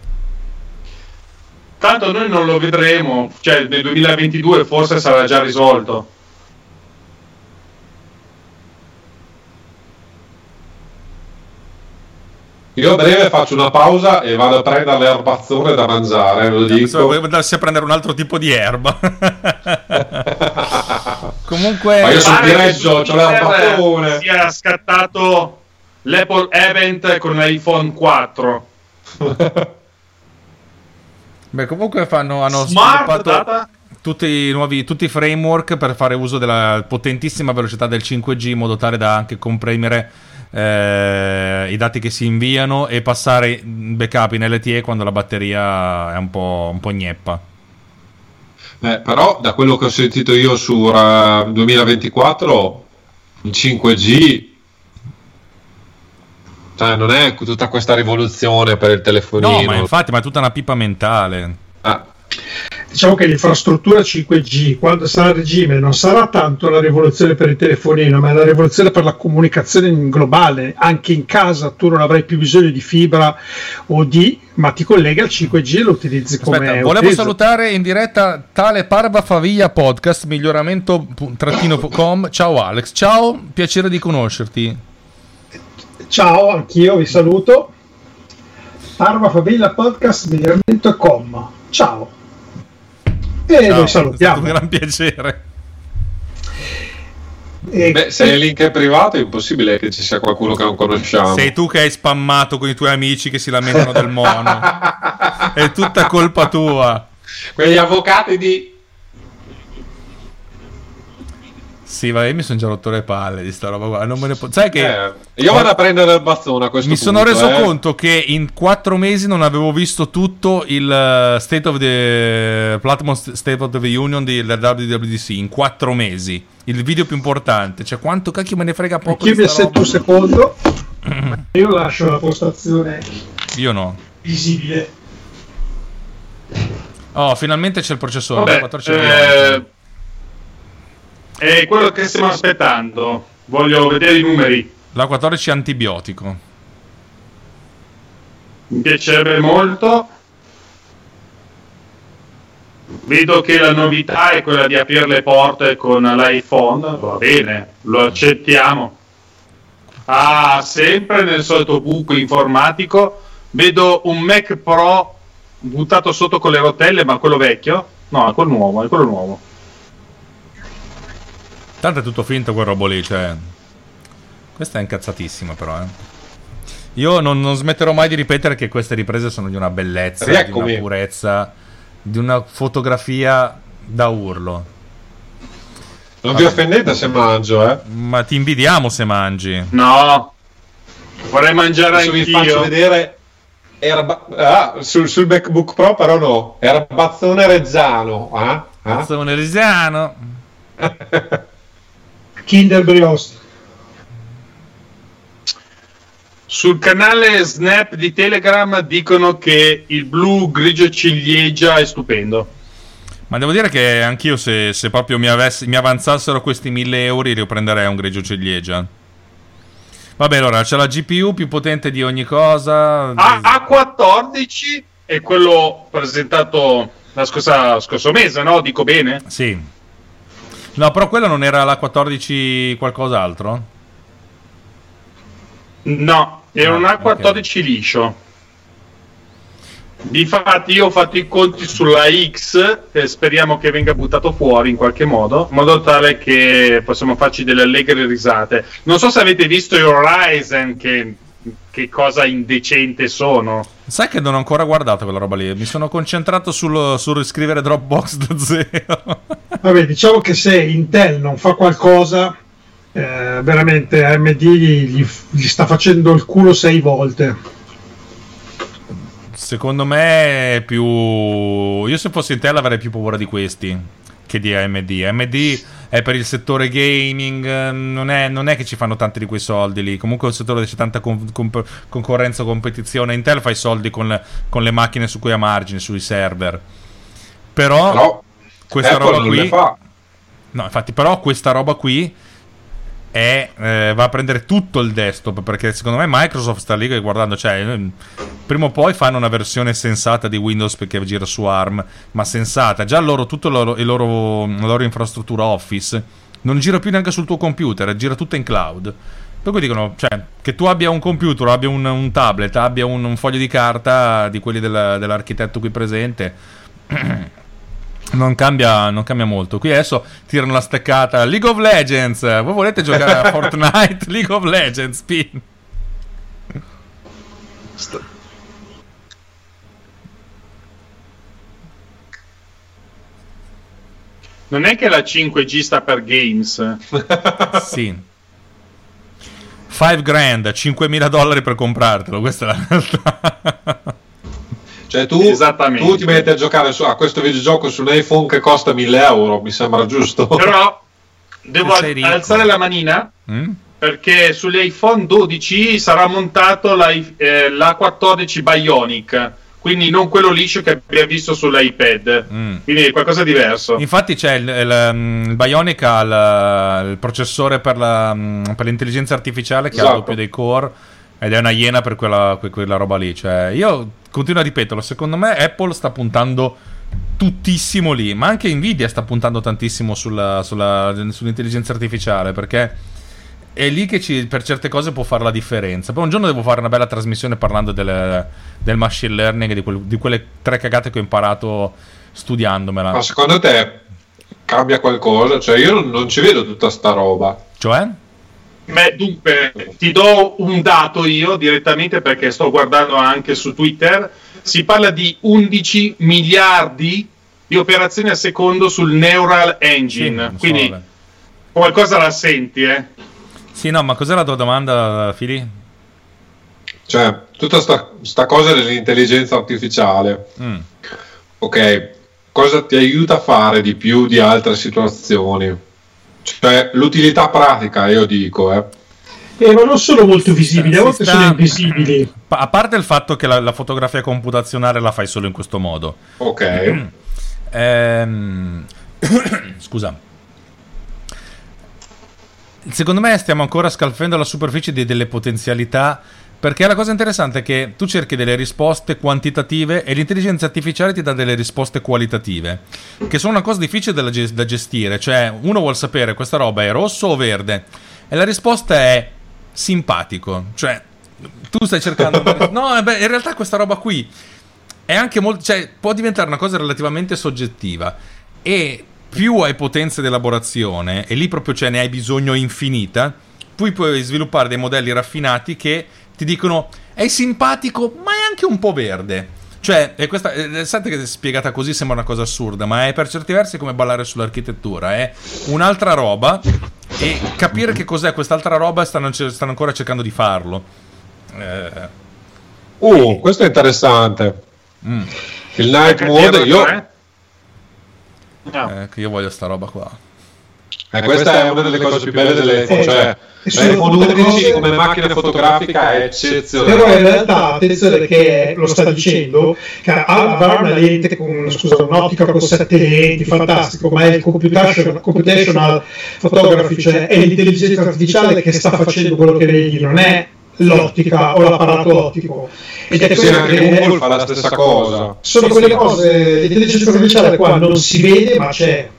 Tanto noi non lo vedremo, cioè nel 2022 forse sarà già risolto. Io a breve faccio una pausa e vado a prendere l'erbazzone da mangiare, lo dico. Vuoi andarsi a prendere un altro tipo di erba? Comunque... Ma io sono Pare che diretto, su c'ho l'erbazzone. Twitter sia scattato l'Apple Event con l'iPhone 4. Beh, comunque hanno Smart sviluppato data. tutti i framework per fare uso della potentissima velocità del 5G in modo tale da anche comprimere i dati che si inviano e passare backup in LTE quando la batteria è un po' gneppa. Però da quello che ho sentito io su 2024 il 5G, cioè, non è tutta questa rivoluzione per il telefonino. No, ma infatti, ma è tutta una pipa mentale. Diciamo che l'infrastruttura 5G, quando sarà a regime, non sarà tanto la rivoluzione per il telefonino, ma è la rivoluzione per la comunicazione in globale. Anche in casa tu non avrai più bisogno di fibra ma ti collega al 5G e lo utilizzi come Aspetta, volevo utilizzo. salutare in diretta tale Parva Faviglia Podcast, miglioramento-com. Ciao Alex, ciao, piacere di conoscerti. Ciao, anch'io vi saluto. Parva Favilla Podcast miglioramento.com. Ciao. E Ciao, noi è stato un salutiamo. gran piacere. Beh, se il link è privato è impossibile che ci sia qualcuno che non conosciamo. Sei tu che hai spammato con i tuoi amici che si lamentano del mono. È tutta colpa tua. Quegli avvocati di... Sì, ma io mi sono già rotto le palle di sta roba qua. Non me ne sai che io vado a prendere il bazzone a questo mi punto. Mi sono reso conto che in 4 mesi non avevo visto tutto il State of the Platinum State of the Union della WWDC in 4 mesi. Il video più importante. Cioè, quanto cacchio me ne frega poco. Chi mi assetto un secondo. Io lascio la postazione. Io no. Visibile. Oh, finalmente c'è il processore. Vabbè, 14 è quello che stiamo aspettando. Voglio vedere i numeri. La 14 antibiotico. Mi piacerebbe molto. Vedo che la novità è quella di aprire le porte con l'iPhone. Va bene, lo accettiamo. Ah, sempre nel solito buco informatico. Vedo un Mac Pro buttato sotto con le rotelle, ma quello vecchio? No, è quello nuovo. Tanto è tutto finto quel robo lì, cioè. Questa è incazzatissima però, Io non smetterò mai di ripetere che queste riprese sono di una bellezza, di una purezza, di una fotografia da urlo. Non vi offendete se mangio, Ma ti invidiamo se mangi. No, vorrei mangiare anch'io. Vi faccio vedere. Sul MacBook Pro però no. Era bazzone reggiano. Bazzone reggiano. Kinder Brioche. Sul canale Snap di Telegram dicono che il blu grigio ciliegia è stupendo. Ma devo dire che anch'io se proprio mi avanzassero questi 1.000 euro io prenderei un grigio ciliegia. Vabbè, allora c'è la GPU più potente di ogni cosa. A14 è quello presentato lo scorso mese, no? Dico bene? Sì. No, però quello non era la 14 qualcos'altro? No, era un A14 okay. Liscio. Difatti io ho fatto i conti sulla X e speriamo che venga buttato fuori in qualche modo, in modo tale che possiamo farci delle allegre risate. Non so se avete visto i Horizon, che cosa indecente sono. Sai che non ho ancora guardato quella roba lì, mi sono concentrato sul riscrivere Dropbox da zero. Vabbè, diciamo che se Intel non fa qualcosa, veramente AMD gli sta facendo il culo 6 volte. Secondo me è più... Io se fossi Intel avrei più paura di questi che di AMD. AMD è per il settore gaming, non è che ci fanno tanti di quei soldi lì. Comunque è un settore dove c'è tanta concorrenza, competizione. Intel fa i soldi con le macchine su cui ha margine, sui server. Però questa Apple roba non qui... le fa. No, infatti, però questa roba qui va a prendere tutto il desktop, perché secondo me Microsoft sta lì guardando, cioè prima o poi fanno una versione sensata di Windows perché gira su ARM, ma sensata. Già tutta la loro infrastruttura Office non gira più neanche sul tuo computer, gira tutta in cloud. Per cui dicono, cioè, che tu abbia un computer, abbia un tablet, abbia un foglio di carta di quelli dell'architetto qui presente, non cambia molto. Qui adesso tirano la steccata. League of Legends, voi volete giocare a Fortnite? League of Legends, spin. Non è che la 5G sta per games? Sì. $5,000, $5.000 per comprartelo, questa è la realtà. Cioè tu ti metti a giocare a questo videogioco su un iPhone che costa 1.000 euro, mi sembra giusto. Però devo alzare la manina perché sugli iPhone 12 sarà montato l'A14 Bionic, quindi non quello liscio che abbiamo visto sull'iPad, quindi è qualcosa di diverso. Infatti c'è il Bionic, ha il processore per l'intelligenza artificiale che ha il doppio dei core, ed è una iena per quella roba lì. Cioè, io continuo a ripeterlo, secondo me Apple sta puntando tuttissimo lì, ma anche Nvidia sta puntando tantissimo sull'intelligenza artificiale, perché è lì che per certe cose può fare la differenza. Poi un giorno devo fare una bella trasmissione parlando del machine learning e di quelle 3 cagate che ho imparato studiandomela. Ma secondo te cambia qualcosa? Cioè io non ci vedo tutta sta roba. Cioè? Beh, dunque, ti do un dato io direttamente perché sto guardando anche su Twitter. Si parla di 11 miliardi di operazioni al secondo sul Neural Engine. Sì, quindi qualcosa la senti, Sì, no, ma cos'è la tua domanda, Fili? Cioè, tutta sta cosa dell'intelligenza artificiale. Ok, cosa ti aiuta a fare di più di altre situazioni? Cioè, l'utilità pratica, io dico, ma non sono molto visibili, a volte sono invisibili. A parte il fatto che la fotografia computazionale la fai solo in questo modo. Ok. Scusa. Secondo me stiamo ancora scalfendo la superficie delle potenzialità, perché la cosa interessante è che tu cerchi delle risposte quantitative e l'intelligenza artificiale ti dà delle risposte qualitative, che sono una cosa difficile da gestire. Cioè, uno vuol sapere questa roba è rosso o verde, e la risposta è simpatico. Cioè, tu stai cercando no, in realtà questa roba qui è anche molto, cioè, può diventare una cosa relativamente soggettiva, e più hai potenza di elaborazione, e lì proprio ne hai bisogno infinita, puoi sviluppare dei modelli raffinati che ti dicono è simpatico ma è anche un po' verde. Cioè, sapete che è spiegata così sembra una cosa assurda, ma è per certi versi come ballare sull'architettura, è un'altra roba, e capire che cos'è quest'altra roba stanno ancora cercando di farlo. Questo è interessante. Il night mode, io voglio sta roba qua. Questa è una delle cose più belle dell'iPhone, cioè l'iPhone 11 come macchina fotografica è eccezionale. Però in realtà, attenzione che lo sta dicendo, che avrà una lente un'ottica con 7 lenti, fantastico, ma è il computational photography, cioè è l'intelligenza artificiale che sta facendo quello che vedi, non è l'ottica o l'apparato ottico. Ed è sì, anche Google fa la stessa cosa. Sono quelle cose, l'intelligenza artificiale qua non si vede ma c'è.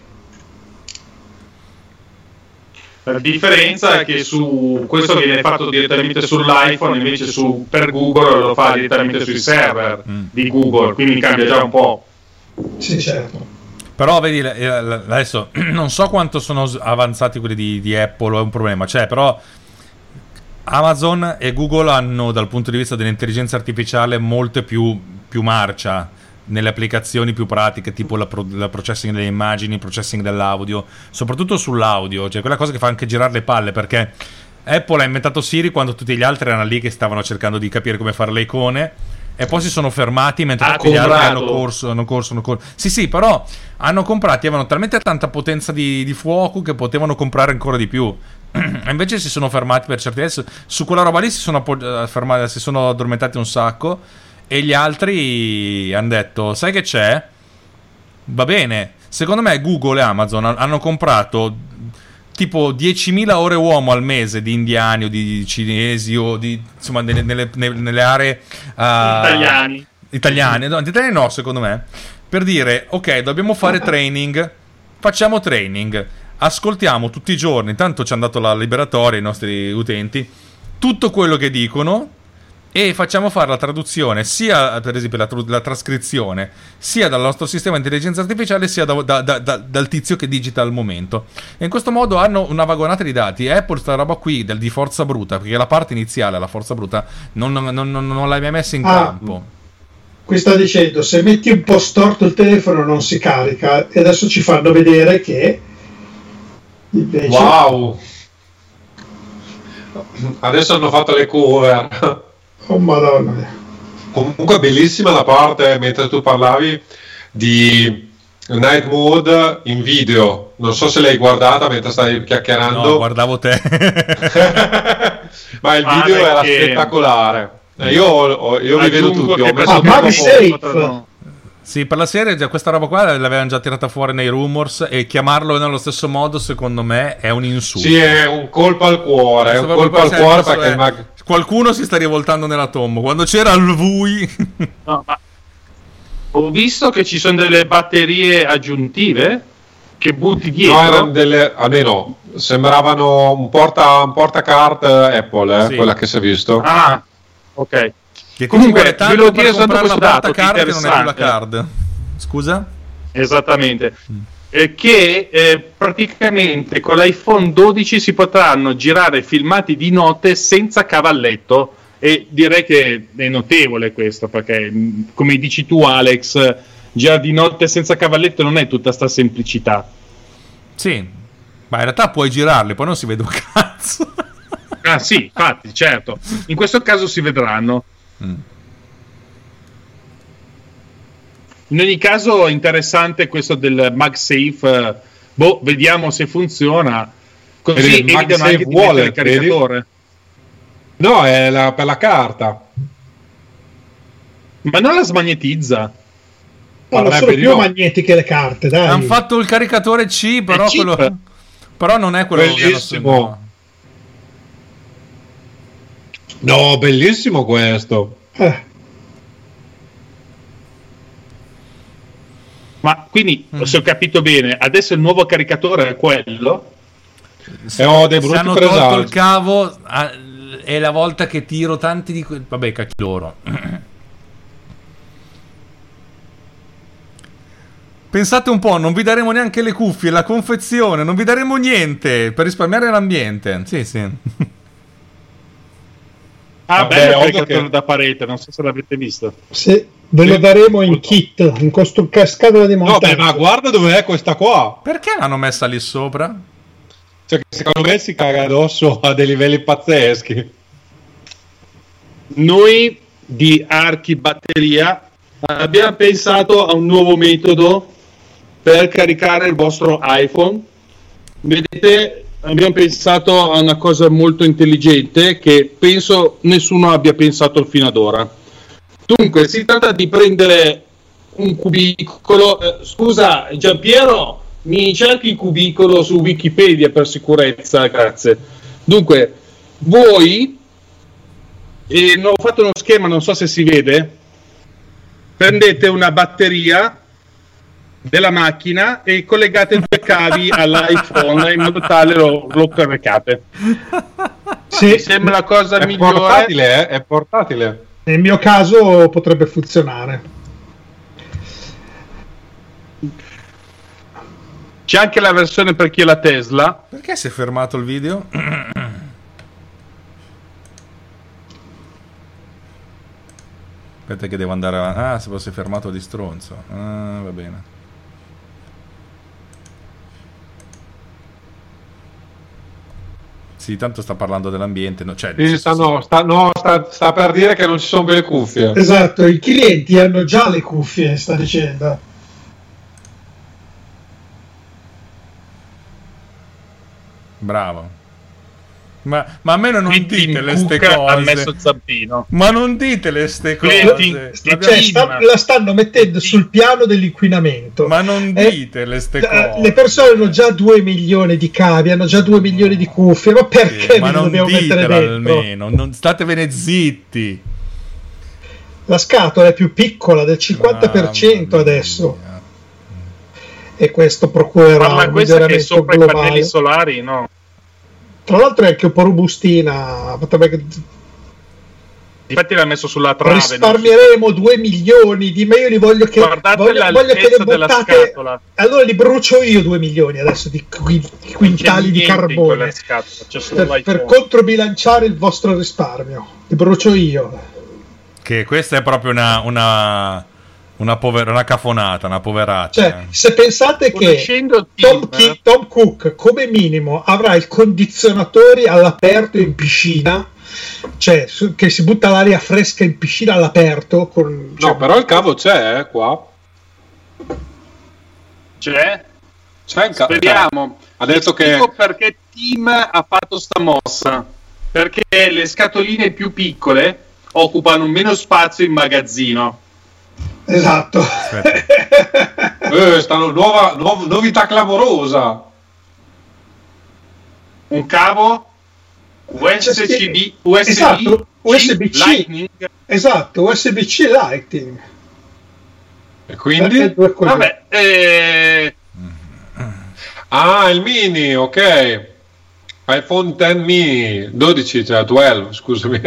La differenza è che su questo viene fatto direttamente sull'iPhone, invece per Google lo fa direttamente sui server di Google, quindi cambia già un po'. Sì, certo. Però vedi, adesso non so quanto sono avanzati quelli di Apple, è un problema, cioè, però Amazon e Google hanno, dal punto di vista dell'intelligenza artificiale, molte più marcia nelle applicazioni più pratiche, tipo la processing delle immagini, il processing dell'audio, soprattutto sull'audio, cioè quella cosa che fa anche girare le palle, perché Apple ha inventato Siri quando tutti gli altri erano lì che stavano cercando di capire come fare le icone, e poi si sono fermati mentre tutti gli altri hanno corso. Sì, però hanno comprato, avevano talmente tanta potenza di fuoco che potevano comprare ancora di più. E invece si sono fermati per certi versi. Su quella roba lì si sono fermati, si sono addormentati un sacco, e gli altri hanno detto: sai che c'è? Va bene. Secondo me Google e Amazon hanno comprato tipo 10.000 ore uomo al mese di indiani o di cinesi o di, insomma, nelle aree italiane. No, italiani no, secondo me, per dire: ok, dobbiamo fare training, facciamo training, ascoltiamo tutti i giorni, tanto ci hanno dato la liberatoria ai nostri utenti, tutto quello che dicono, e facciamo fare la traduzione, sia per esempio la trascrizione, sia dal nostro sistema di intelligenza artificiale, sia dal tizio che digita al momento. E in questo modo hanno una vagonata di dati. Apple sta roba qui di forza bruta, perché la parte iniziale, la forza bruta, non l'hai mai messa in campo. Qui sta dicendo: se metti un po' storto il telefono non si carica, e adesso ci fanno vedere che invece... Wow, adesso hanno fatto le cover. Oh madonna. Comunque bellissima la parte mentre tu parlavi di Night Mode in video. Non so se l'hai guardata mentre stavi chiacchierando. No, guardavo te. Ma il video era spettacolare. Io li vedo tutti. Ho messo sì, per la serie già questa roba qua l'avevano già tirata fuori nei rumors, e chiamarlo nello stesso modo secondo me è un insulto. Sì, è un colpo al cuore, è un colpo al cuore perché qualcuno si sta rivoltando nella tomba. Quando c'era il vui... No, ma ho visto che ci sono delle batterie aggiuntive che butti dietro. No, erano delle, almeno sembravano un portacart Apple, sì, quella che si è visto. Ah, ok. Che comunque volevo dire soltanto questo dato card che non è più la card. Scusa? Esattamente. Che praticamente con l'iPhone 12 si potranno girare filmati di notte senza cavalletto, e direi che è notevole questo, perché come dici tu, Alex, girare di notte senza cavalletto non è tutta sta semplicità. Sì, Ma in realtà puoi girarli, poi non si vede un cazzo. Ah sì, infatti, certo. In questo caso si vedranno. In ogni caso è interessante questo del MagSafe. Vediamo se funziona. Così evitano anche di mettere il caricatore. No, è per la carta. Ma non la smagnetizza. No, non sono più magnetiche le carte, dai. Hanno fatto il caricatore C, però però non è quello bellissimo. No, bellissimo questo. Ma quindi, se ho capito bene, adesso il nuovo caricatore è quello? Ho dei brutti hanno tolto il cavo, è la volta che tiro tanti di vabbè, cacchio loro. Pensate un po', non vi daremo neanche le cuffie, la confezione, non vi daremo niente per risparmiare l'ambiente. Sì, sì. Bello il caricatore da parete, non so se l'avete visto. Sì, ve lo daremo in kit, in scatola di montaggio. No, ma guarda dov'è questa qua. Perché l'hanno messa lì sopra? Cioè, secondo me si caga addosso a dei livelli pazzeschi. Noi di Archibatteria abbiamo pensato a un nuovo metodo per caricare il vostro iPhone. Vedete, abbiamo pensato a una cosa molto intelligente che penso nessuno abbia pensato fino ad ora. Dunque, si tratta di prendere un cubicolo. Scusa, Giampiero, mi cerchi il cubicolo su Wikipedia per sicurezza, grazie. Dunque, voi, ho fatto uno schema, non so se si vede, prendete una batteria della macchina e collegate due cavi all'iPhone in modo tale lo caricate. Sì, mi sembra la cosa migliore. Portatile, è portatile. Nel mio caso potrebbe funzionare. C'è anche la versione per chi ha la Tesla. Perché si è fermato il video? Aspetta che devo andare avanti. Ah, se fosse fermato di stronzo. Ah, va bene. Sì, tanto sta parlando dell'ambiente. No, cioè, sta per dire che non ci sono più le cuffie. Esatto, i clienti hanno già le cuffie, sta dicendo. Bravo. Ma a me non dite le ste cose. Ha messo zampino. Ma non dite le ste cose. La stanno mettendo sul piano dell'inquinamento. Ma non dite le ste cose. Le persone hanno già 2 milioni di cavi, hanno già 2 milioni di cuffie. Ma perché sì, ma non dobbiamo mettere dentro? Almeno, non statevene zitti. La scatola è più piccola del 50% adesso. E questo procurerà un miglioramento che sopra globale. I pannelli solari, no? Tra l'altro è anche un po' robustina. Infatti l'ha messo sulla trave. Risparmieremo 2 milioni di, ma io li voglio che voglio che le buttate. Allora li brucio io 2 milioni adesso di quintali di carbone per controbilanciare il vostro risparmio. Li brucio io. Che questa è proprio una cafonata, una poverata. Cioè, se pensate che Tom Cook come minimo avrà il condizionatore all'aperto in piscina, cioè che si butta l'aria fresca in piscina all'aperto no, però il cavo c'è qua. C'è il cavo. Speriamo. Ha detto che perché Tim ha fatto sta mossa, perché le scatoline più piccole occupano meno spazio in magazzino. Esatto. Novità clamorosa. Un cavo USB esatto, USB-C Lightning. Esatto, USB-C Lightning. E quindi? Vabbè, il mini, ok. iPhone X mini 12, cioè 12, scusami.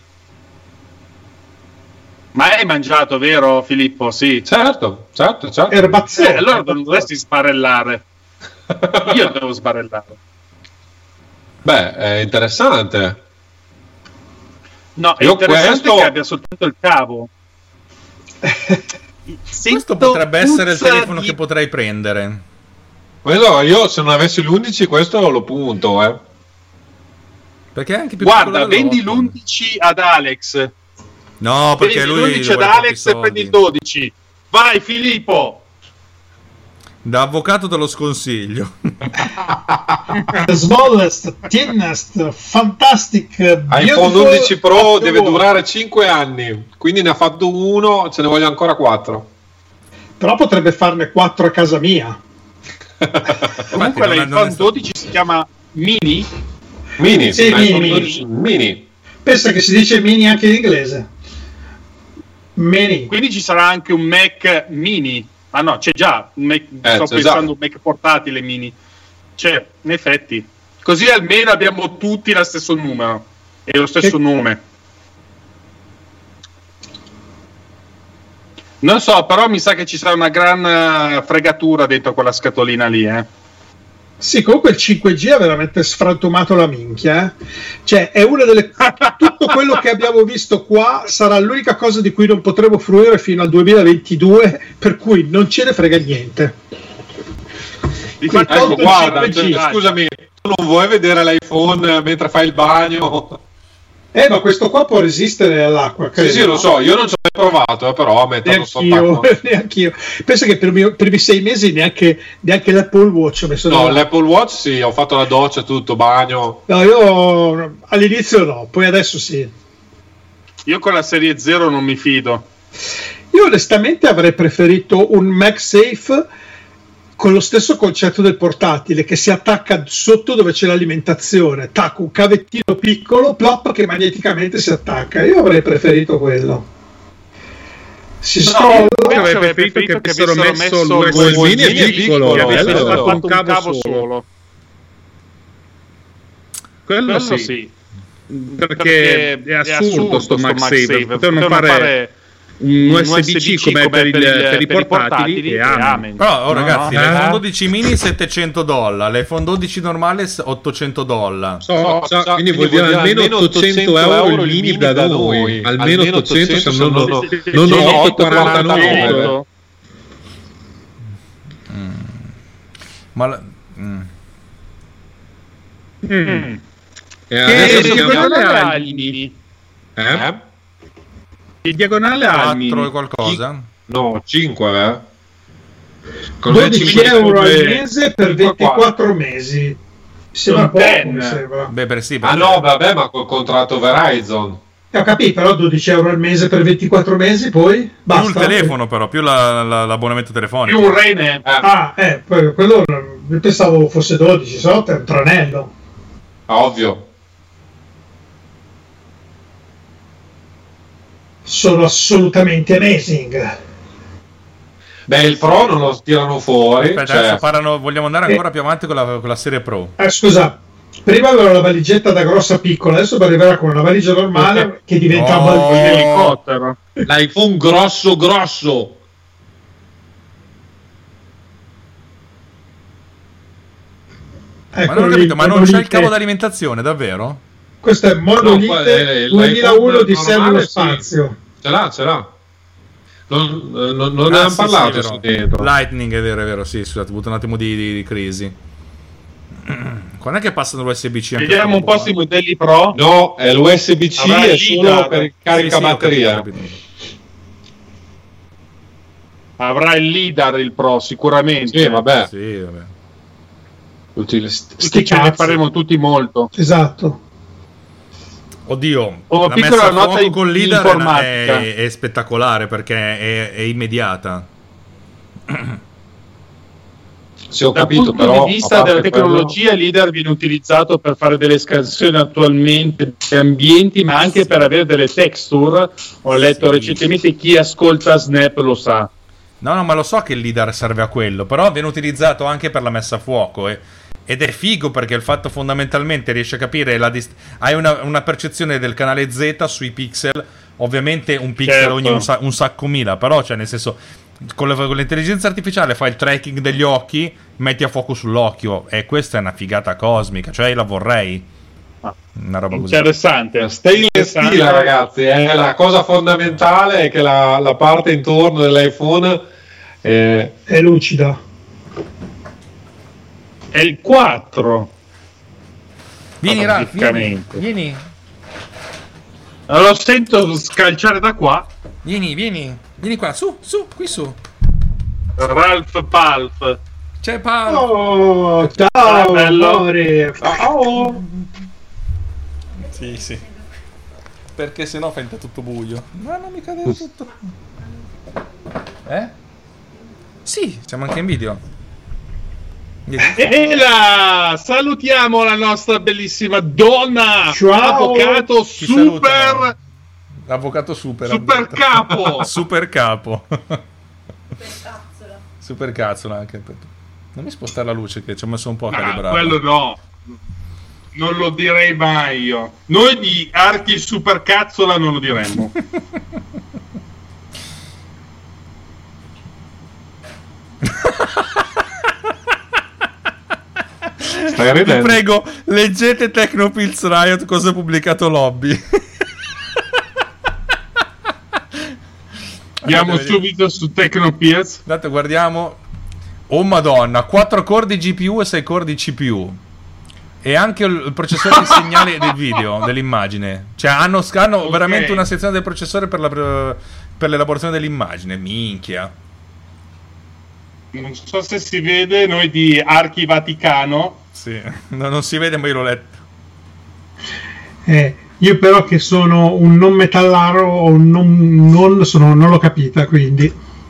Ma hai mangiato, vero Filippo? Sì. Certo. Erbazzetto. Allora non dovresti sbarellare. Io devo sbarellare. Beh, è interessante. No, è interessante che abbia soltanto il cavo. Questo potrebbe essere il telefono che potrei prendere. Io se non avessi l'11 questo lo punto, Perché è anche più Guarda, vendi l'8. l'11 ad Alex. No, perché Vendi lui l'11 ad vuole Alex pochi e prendi il soldi. 12. Vai Filippo. Da avvocato te lo sconsiglio. The smallest, thinnest, fantastic, iPhone beautiful 11 Pro of the deve world. durare 5 anni, quindi ne ha fatto uno, ce ne voglio ancora 4. Però potrebbe farne 4 a casa mia. Comunque non è l'iPhone stato- 12 si chiama Mini. Mini, Sì, iPhone mini. 12 mini. Pensa che si dice mini anche in inglese. Mini. Quindi ci sarà anche un Mac Mini. Ah no, c'è già. Un Mac, sto c'è pensando già. un Mac portatile Mini. C'è, in effetti. Così almeno abbiamo tutti lo stesso numero e lo stesso nome. Non so, però mi sa che ci sarà una gran fregatura dentro quella scatolina lì, Sì, comunque il 5G ha veramente sfrantumato la minchia. Cioè, è una delle. Tutto quello che abbiamo visto qua sarà l'unica cosa di cui non potremo fruire fino al 2022, per cui non ce ne frega niente. Difatti, Ecco, Ecco, guarda, 5G. scusami, tu non vuoi vedere l'iPhone mentre fai il bagno? Ma questo qua può resistere all'acqua, credo. Sì, lo so, io non ci ho mai provato, però a metterlo Neanch'io, sott'acqua. neanch'io. Penso che per i primi 6 mesi neanche l'Apple Watch ho messo. No, l'Apple Watch sì, ho fatto la doccia, tutto, bagno. No, io all'inizio no, poi adesso sì. io con la serie 0 non mi fido. Io onestamente avrei preferito un MagSafe con lo stesso concetto del portatile, che si attacca sotto dove c'è l'alimentazione, tac, un cavettino piccolo, plop, che magneticamente si attacca. Io avrei preferito quello. Si scrolla. Io avrei avrei preferito che avessero avessero messo messo l'USB mini è piccolo, piccolo, che avessero bello. fatto un un cavo cavo solo. solo. Quello Quello sì, sì. perché è assurdo sto MagSafe. Potevano fare un un USB-C come per i portatili e amen. Però, ragazzi, no. l'iPhone 12 mini $700, l'iPhone 12 normale $800. Quindi vuol dire almeno 800 euro il mini da noi, almeno 800 se non 849. Ma E adesso Che siamo diagonale ha il mini? che diagonale ha il 4 e mini? qualcosa? No, 5, 12 euro al mese per 5 qua. 24 mesi. Sembra poco, mi sembra. Beh, per sì, Ah no, vabbè, ma col contratto Verizon. Ho capito, però 12 euro al mese per 24 mesi, poi più basta. il telefono però, più l'abbonamento telefonico. Più un rene. Poi quello io pensavo fosse 12, so, per un tranello. Ovvio. Sono assolutamente amazing. Beh, il Pro non lo tirano fuori. Aspetta, cioè, adesso vogliamo andare ancora più avanti con la serie Pro. Scusa, prima aveva la valigetta da grossa piccola, adesso arriverà con una valigia normale che diventa Oh. Un elicottero. l'iPhone grosso. Ma non ho capito, ma non c'è il cavo d'alimentazione, davvero? Questo è monolite No, l'iPhone 2001 di Serve normale, lo sì. spazio. Ce l'ha. Non ne Ah, abbiamo sì, parlato sì, su è vero. dentro. Lightning, è vero, sì, scusate, ho avuto un attimo di crisi. Quando è che passano l'USB-C? anche Vediamo un qua? po' sui modelli Pro. No, è l'USB-C, Avrà è il solo LIDAR. per il Sì, caricabatteria. ho capito. Avrà il LIDAR il Pro, sicuramente. Sì, vabbè. Sì, vabbè. Utile. Tutti ce ne faremo tutti molto. Esatto. Oddio, Oh, la piccola messa a nota fuoco con l'IDAR informatica. è spettacolare perché è immediata. Sì, ho Dal capito, punto però. di vista a parte della tecnologia, il LIDAR viene utilizzato per fare delle scansioni attualmente di ambienti, ma anche per avere delle texture. Ho letto recentemente, chi ascolta Snap lo sa. No, ma lo so che il LIDAR serve a quello, però viene utilizzato anche per la messa a fuoco ed è figo perché il fatto fondamentalmente riesce a capire hai una percezione del canale Z sui pixel, ovviamente un pixel Certo. ogni un sacco mila, però cioè nel senso con l'intelligenza artificiale fai il tracking degli occhi, metti a fuoco sull'occhio e questa è una figata cosmica, cioè io la vorrei. Una roba così. Interessante. Stainless steel, ragazzi, è la cosa fondamentale è che la parte intorno dell'iPhone È lucida. È il 4. Vieni, Ralph, vieni. Lo sento scalciare da qua. Vieni qua, su, qui su. Ralph Palf. C'è Paolo. Oh, ciao, bello. amore. Ciao. Sì. Perché sennò fenta tutto buio. Ma non mi cade tutto. Sì, siamo anche in video. E salutiamo la nostra bellissima donna. Ciao. Avvocato super. Avvocato super. Super capo. Super capo. Super cazzola anche. Non mi spostare la luce che ci ho messo un po' a calibrare. Quello no. Non lo direi mai io. Noi di archi super cazzola non lo diremmo. Stai ridendo? Vi prego, leggete Tecnopills Riot cosa ha pubblicato Lobby. Andiamo subito su Tecnopills. Date, guardiamo. Oh madonna, 4 core di GPU e 6 core di CPU. E anche il processore di segnale del video, dell'immagine. Cioè hanno veramente una sezione del processore per l'elaborazione dell'immagine. Minchia. Non so se si vede, noi di Archi Vaticano. Sì, non si vede ma io l'ho letto. Io però che sono un non metallaro non l'ho capita, quindi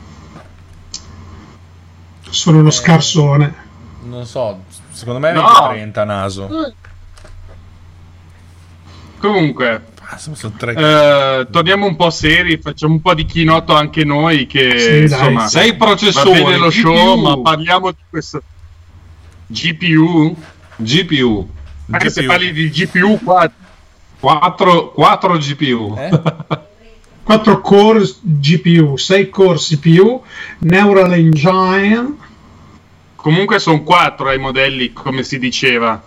sono uno scarsone. Non so, secondo me è No. 30 naso. Comunque, Sono 3. torniamo un po' seri, facciamo un po' di chinotto anche noi che Sì, insomma dai. 6 va processori, bene lo GPU, show, ma parliamo di questo GPU. GPU, Anche se parli di GPU qua 4 GPU. 4 core GPU, 6 core CPU, Neural Engine. comunque sono 4 ai modelli, come si diceva.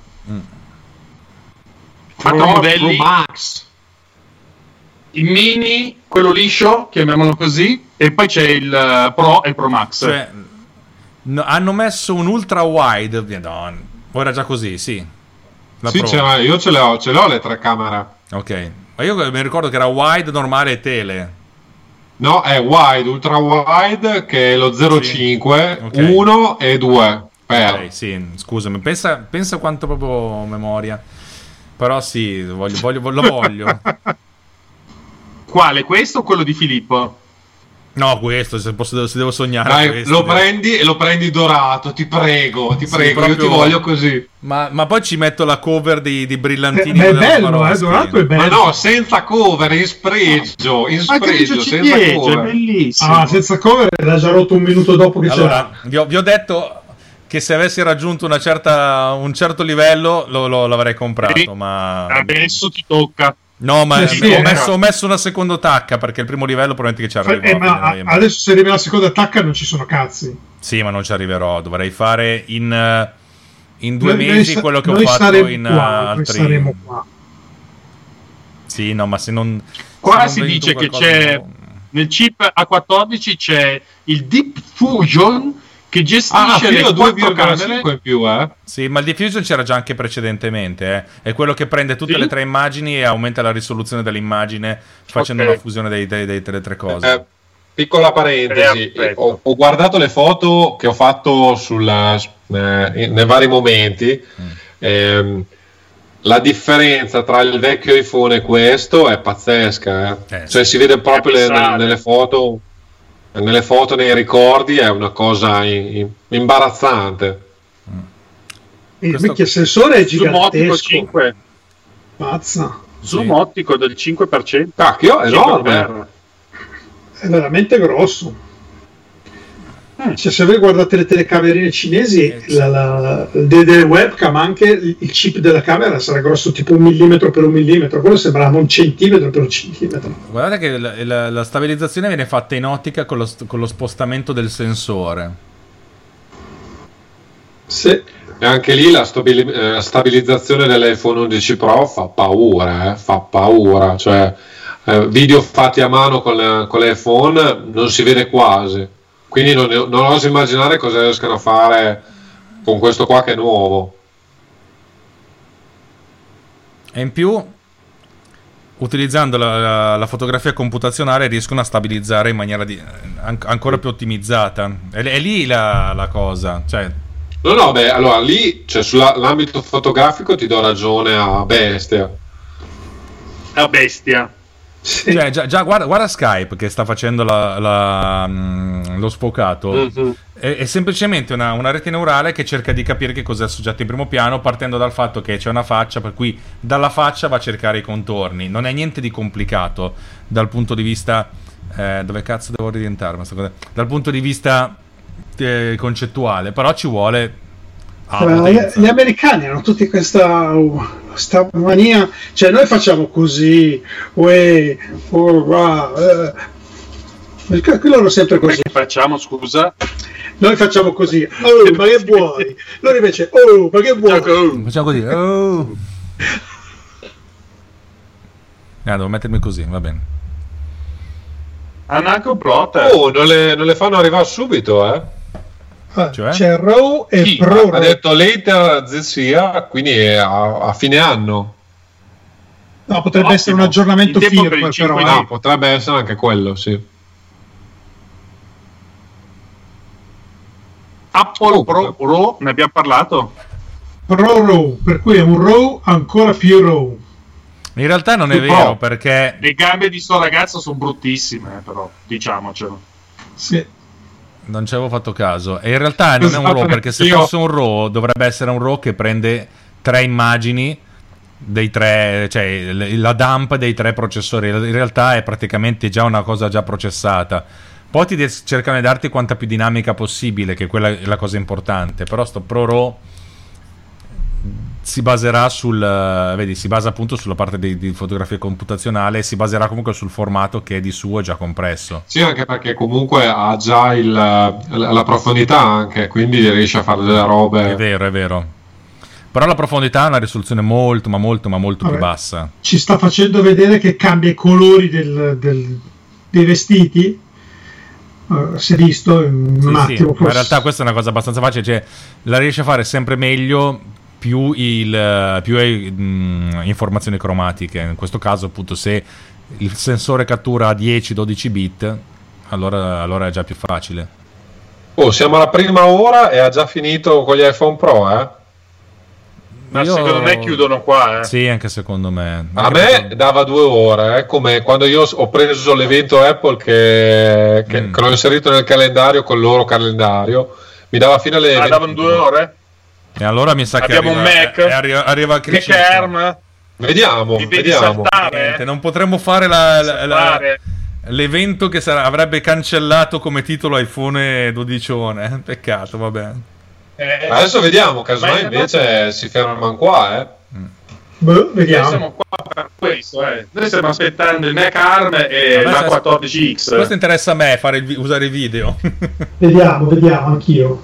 4 Pro modelli, Max. il mini, quello liscio, chiamiamolo così, e poi c'è il Pro e il Pro Max. Cioè, hanno messo un ultra wide. Madonna. O era già così, sì. La Sì, Pro. io ce l'ho le 3 camere. Ok. Ma io mi ricordo che era wide, normale e tele. No, è wide, ultra wide, che è lo 0,5, Ok. 1 e 2. Ok, sì, scusami. Pensa quanto proprio memoria. Però sì, lo voglio. Quale? Questo o quello di Filippo? No, questo, se devo sognare. Dai, questo, lo prendi e lo prendi dorato, ti prego, io proprio- ti voglio così. Ma poi ci metto la cover di brillantini. È con bello, Swarovski. dorato è bello. Ma no, senza cover, in spregio, Anche senza è cover. bellissimo. Ah, senza cover l'ha già rotto un minuto dopo che Allora, c'era. vi ho detto che se avessi raggiunto un certo livello l'avrei comprato, Sì. ma Adesso ti tocca. no, ma Sì, ho messo una seconda tacca perché il primo livello probabilmente che ci arriverò. Ma adesso se arrivi alla seconda attacca non ci sono cazzi. Sì, ma non ci arriverò. Dovrei fare in 2 Noi mesi sa- quello che ho noi fatto saremo in qua, noi altri. saremo qua. Sì, no, ma se non. Qua se non si vendo dice che qualcosa c'è di nuovo- nel chip A14 c'è il Deep Fusion che gestisce le 4 camere. 2,5 in più, Sì, ma il diffusion c'era già anche precedentemente. È quello che prende tutte Sì? le 3 immagini e aumenta la risoluzione dell'immagine facendo Ok. la fusione delle 3 cose. Piccola parentesi, Perfetto. ho guardato le foto che ho fatto nei vari momenti. La differenza tra il vecchio iPhone e questo è pazzesca. Cioè, si vede proprio nelle foto, nei ricordi, è una cosa imbarazzante. Questo- Il sensore è Zoom ottico gigantesco. 5. Pazza. Zoom ottico del 5%. Cacchio, è enorme. È veramente grosso. Cioè, se voi guardate le telecamerine cinesi, delle webcam, anche il chip della camera sarà grosso tipo 1 millimetro per 1 millimetro. Quello sembrava 1 centimetro per 1 centimetro. Guardate che la stabilizzazione viene fatta in ottica con lo spostamento del sensore. Se, E anche lì la stabilizzazione dell'iPhone 11 Pro fa paura, fa paura. Cioè, video fatti a mano con l'iPhone non si vede quasi. Quindi non oso immaginare cosa riescano a fare con questo qua che è nuovo. E in più, utilizzando la fotografia computazionale, riescono a stabilizzare in maniera ancora più ottimizzata. È lì la cosa. Cioè... No, beh, allora lì, cioè, sull'ambito fotografico ti do ragione a bestia. A bestia. Cioè, già guarda Skype che sta facendo lo sfocato. Mm-hmm. È semplicemente una rete neurale che cerca di capire che cos'è il soggetto in primo piano, partendo dal fatto che c'è una faccia, per cui dalla faccia va a cercare i contorni. Non è niente di complicato dal punto di vista dove cazzo devo orientarmi? Dal punto di vista concettuale, però ci vuole gli americani hanno tutti questa mania, cioè noi facciamo così, qui loro sempre così. Che facciamo, scusa? Noi facciamo così, ma che vuoi? Loro invece, ma che vuoi? Facciamo così, devo mettermi così, va bene. Hanno anche un plot. Non le fanno arrivare subito, Cioè? C'è Raw e Pro. Ha detto later this year, quindi è a fine anno. No, potrebbe essere un aggiornamento firmware, però. No, potrebbe essere anche quello, sì. Apple Pro Raw, ne abbiamo parlato? Pro Raw, per cui è un Raw ancora più Raw. In realtà non è vero, perché le gambe di sto ragazzo sono bruttissime, però, diciamocelo. Sì. Non ci avevo fatto caso. E in realtà non è un RAW, perché se fosse un RAW dovrebbe essere un RAW che prende 3 immagini dei 3, cioè la dump dei 3 processori. In realtà è praticamente già una cosa già processata. Poi cercano di darti quanta più dinamica possibile, che quella è la cosa importante. Però sto Pro RAW si baserà si basa appunto sulla parte di fotografia computazionale, e si baserà comunque sul formato che di suo è già compresso. Sì, anche perché comunque ha già la profondità anche, quindi riesce a fare delle robe. È vero. Però la profondità ha una risoluzione molto più bassa. Ci sta facendo vedere che cambia i colori dei vestiti. Si è visto in un attimo. Sì. Ma in realtà questa è una cosa abbastanza facile, cioè la riesce a fare sempre meglio più informazioni cromatiche. In questo caso appunto, se il sensore cattura a 10-12 bit, allora è già più facile. Siamo alla prima ora e ha già finito con gli iPhone Pro, Ma secondo me chiudono qua, Sì, anche secondo me. A me dava 2 ore, come quando io ho preso l'evento Apple che l'ho inserito nel calendario, col loro calendario, mi dava fino alle davano 2 ore? E allora mi sa abbiamo che un Mac, arriva che Kerm. Vediamo. Niente, non potremmo fare l'evento che avrebbe cancellato come titolo iPhone 12. Peccato, vabbè. Adesso vediamo, casomai invece si fermano qua, vediamo. Noi siamo qua per questo, Noi stiamo aspettando il Mac ARM e la 14X. Questo interessa a me, usare i video. Vediamo, anch'io.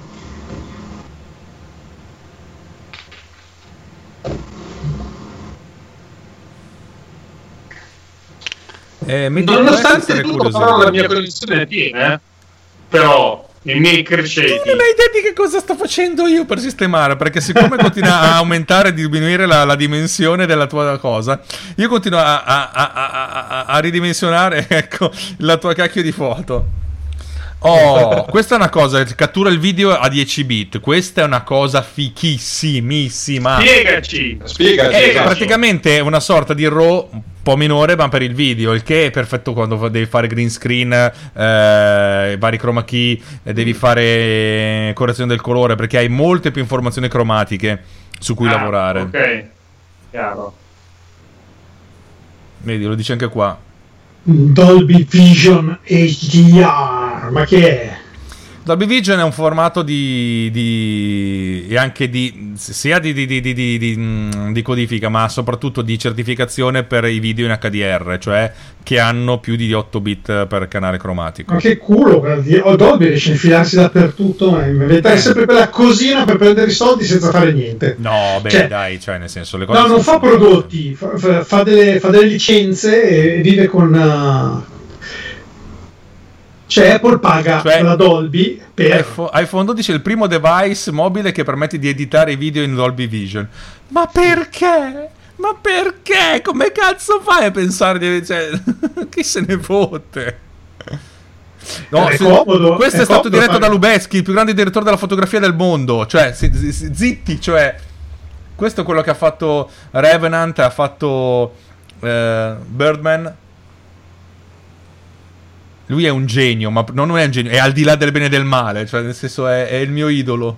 Nonostante tutto, però la mia connessione è piena, però i miei crescenti. Tu non hai idea di che cosa sto facendo io per sistemare, perché siccome continua a aumentare e diminuire la dimensione della tua cosa, io continuo a ridimensionare, ecco, la tua cacchio di foto. Questa è una cosa, cattura il video a 10 bit. Questa è una cosa fichissimissima. Spiegaci. Praticamente è una sorta di RAW un po' minore, ma per il video, il che è perfetto quando devi fare green screen, vari chroma key, devi fare correzione del colore, perché hai molte più informazioni cromatiche su cui lavorare. Ok, chiaro. Vedi, lo dice anche qua. Dolby Vision HDR, ma che è? Dolby Vision è un formato e anche sia di codifica, ma soprattutto di certificazione per i video in HDR, cioè che hanno più di 8 bit per canale cromatico. Ma che culo, Dolby riesce a infilarsi dappertto, ma inventare sempre quella cosina per prendere i soldi senza fare niente. No, dai, cioè nel senso le cose. No, non fa prodotti, fa delle licenze e vive con Cioè Apple paga la Dolby per iPhone 12 è il primo device mobile che permette di editare i video in Dolby Vision. Ma perché? Ma perché? Come cazzo fai a pensare di... Cioè, chi se ne fotte? No, comodo, questo è stato diretto da Lubezki, il più grande direttore della fotografia del mondo. Cioè, zitti, cioè... Questo è quello che ha fatto Revenant, ha fatto Birdman. Lui è un genio, ma non è un genio, è al di là del bene e del male, cioè nel senso è il mio idolo.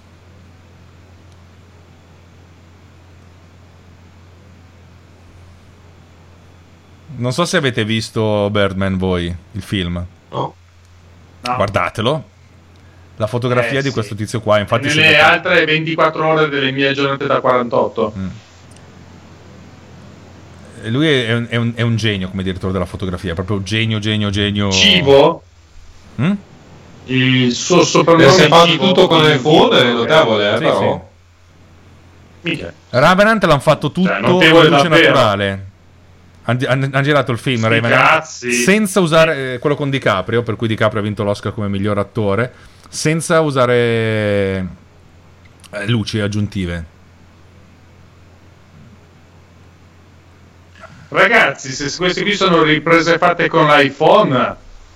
Non so se avete visto Birdman voi, il film. No. Guardatelo. La fotografia di questo tizio qua, infatti... Nelle altre 24 ore delle mie giornate da 48. Lui è un genio come direttore della fotografia, proprio genio. Cibo? Il suo soprannome si è fatto tutto con iPhone, è notevole, sì, però. Sì. Ravenant l'hanno fatto tutto in luce naturale. Hanno girato il film Ravenant senza usare quello con DiCaprio, per cui DiCaprio ha vinto l'Oscar come miglior attore, senza usare luci aggiuntive. Ragazzi, se queste qui sono riprese fatte con l'iPhone,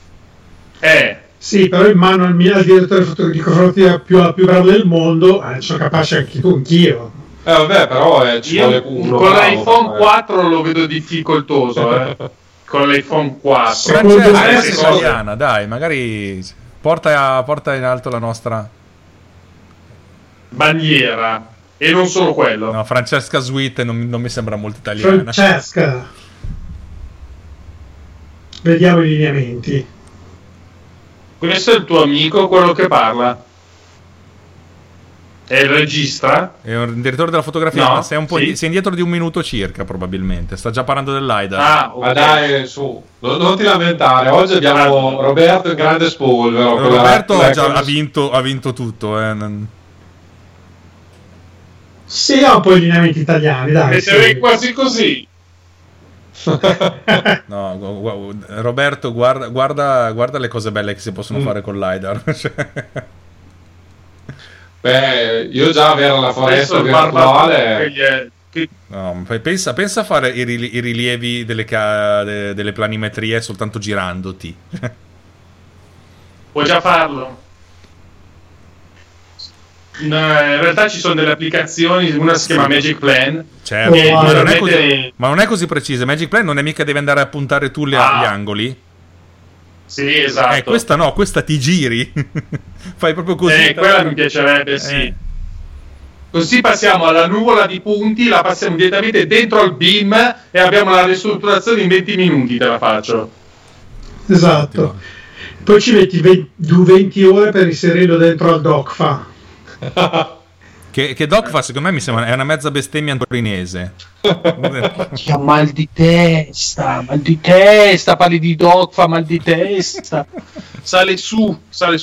sì, però in mano al direttore di fotografia più bravo del mondo, sono capace anch'io. Vabbè, però ci vuole uno con l'iPhone 4 lo vedo difficoltoso, con l'iPhone 4. Francesca italiana, dai, magari porta in alto la nostra bandiera. E non solo quello. No, Francesca Sweet non mi sembra molto italiana. Francesca. Vediamo i lineamenti. Questo è il tuo amico, quello che parla? È il regista? È un direttore della fotografia, no, ma sei indietro di un minuto circa, probabilmente. Sta già parlando dell'LiDAR. Ma dai, su, non ti lamentare. Oggi abbiamo Roberto in grande spolvero. Roberto ha vinto tutto, Sì, ha un po' i lineamenti italiani, dai. Metterei quasi così. No, Roberto, guarda le cose belle che si possono fare con l'LiDAR. Beh, io già avere la foresta virtuale. No, pensa a fare i rilievi delle planimetrie soltanto girandoti. Puoi già farlo. No, in realtà ci sono delle applicazioni, una si chiama Magic Plan. Certo, ma non è così precisa. Magic Plan non è mica devi andare a puntare tu gli angoli. Sì, esatto. Questa no, questa ti giri. Fai proprio così. Quella mi piacerebbe, sì. Così passiamo alla nuvola di punti, la passiamo direttamente dentro al beam e abbiamo la ristrutturazione in 20 minuti, te la faccio. Esatto. Poi ci metti 20 ore per inserirlo dentro al DocFA. Che DocFA secondo me mi sembra è una mezza bestemmia torinese. Mal di testa, parli di DocFA, mal di testa. Sale su.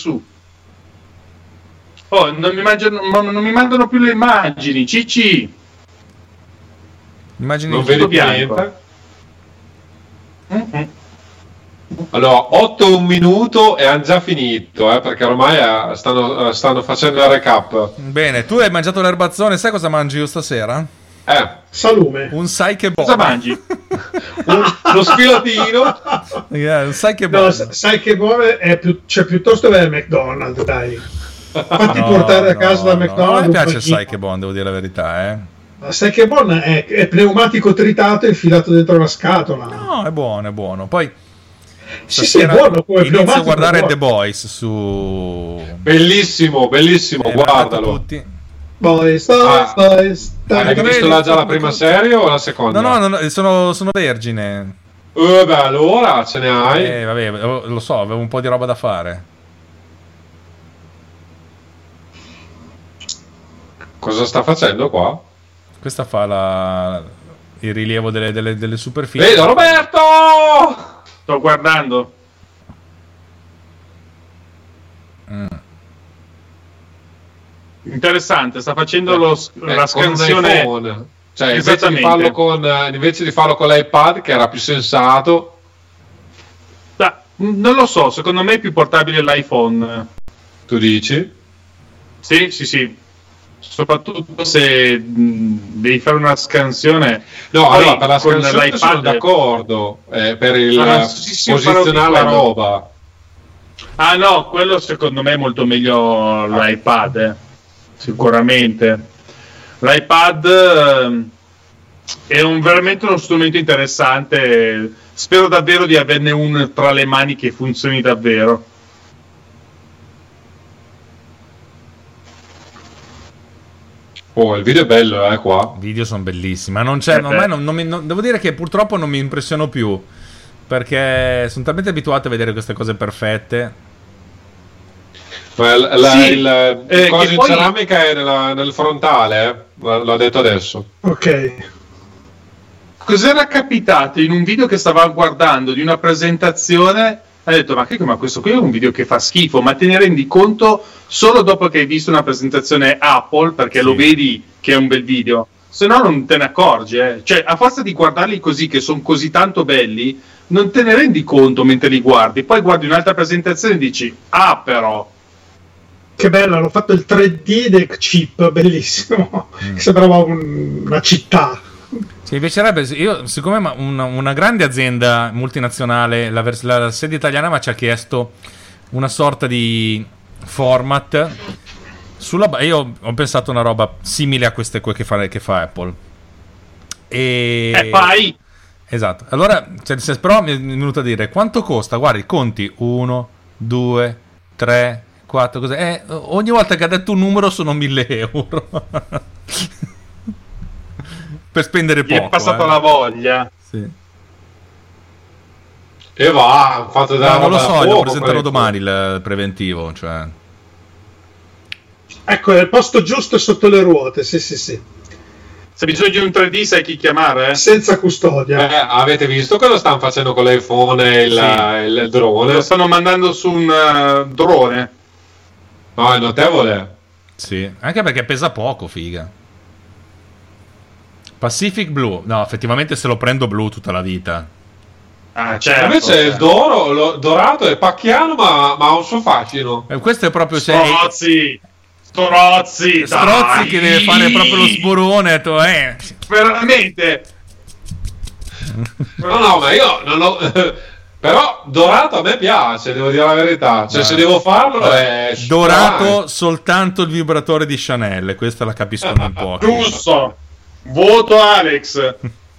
Oh, non mi mandano più le immagini, Cicci. Immagini non vedi niente. Allora, 8 un minuto e hanno già finito, perché ormai stanno facendo il recap. Bene, tu hai mangiato l'erbazzone, sai cosa mangi io stasera? Salume. Un sai che buono. Cosa mangi? Lo spilotino. Un sai che buono. No, sai che buono è piuttosto per il McDonald's, dai. Fatti portare a casa da McDonald's. Non mi piace il sai che buono, devo dire la verità, Sai che buono è pneumatico tritato e infilato dentro la scatola. No, è buono. Poi sì, è buono. Inizio a guardare The Boys su... Bellissimo, guardalo. Tutti. Boys. Hai visto già la prima serie o la seconda? No, sono vergine. Beh, allora ce ne hai. Vabbè, lo so, avevo un po' di roba da fare. Cosa sta facendo qua? Questa fa il rilievo delle superfici. Vedo Roberto! Sto guardando. Interessante, sta facendo la scansione. Cioè, invece di farlo con l'iPad, che era più sensato. Non lo so, secondo me è più portabile l'iPhone. Tu dici? Sì. Soprattutto se devi fare una scansione. No, Poi, allora per la con scansione l'iPad sono d'accordo, per il sì, posizionare la però- roba. Ah no, quello secondo me è molto meglio l'iPad, sicuramente. L'iPad è veramente uno strumento interessante. Spero davvero di averne uno tra le mani che funzioni davvero. Oh, il video è bello, qua. I video sono bellissimi, ma non c'è. Devo dire che purtroppo non mi impressiono più. Perché sono talmente abituato a vedere queste cose perfette. Ma Sì, il che coso in poi- ceramica è nel frontale, l'ho detto adesso. Ok. Cos'era capitato in un video che stava guardando di una presentazione? Ha detto: ma questo qui è un video che fa schifo, ma te ne rendi conto solo dopo che hai visto una presentazione Apple, perché Sì. lo vedi che è un bel video, se no non te ne accorgi. Cioè, a forza di guardarli così, che sono così tanto belli, non te ne rendi conto mentre li guardi. Poi guardi un'altra presentazione e dici: ah, però. Che bello, hanno fatto il 3D del chip, bellissimo. Sembrava una città. Sì, mi piacerebbe. Io, siccome una grande azienda multinazionale, la sede italiana, mi ci ha chiesto una sorta di format. Io ho pensato a una roba simile a queste che fa Apple. E Fai. esatto. Allora, però mi è venuto a dire quanto costa. Guardi, conti 1, 2, 3, 4. Cos'è? Ogni volta che ha detto un numero sono 1.000 euro. Per spendere Gli poco. è passata la voglia. Sì. E va, fatto da No, non lo roba da so, lo fuoco, presenterò parecchio. domani il preventivo. Cioè. Ecco, è il posto giusto sotto le ruote, sì. Se hai bisogno di un 3D sai chi chiamare? Senza custodia. Avete visto cosa stanno facendo con l'iPhone e il drone? Lo stanno mandando su un drone. No, è notevole. Sì, anche perché pesa poco, figa. Pacific Blue. No, effettivamente se lo prendo blu tutta la vita. Ah, certo. Invece il dorato è pacchiano, ma ha un suo fascino. Questo è proprio Strozzi Strozzi che deve fare proprio lo sborone. Veramente. No, ma io non ho... Però dorato a me piace, devo dire la verità. Cioè, se devo farlo è... Dorato soltanto il vibratore di Chanel. Questa la capiscono un po'. Giusto. Voto Alex.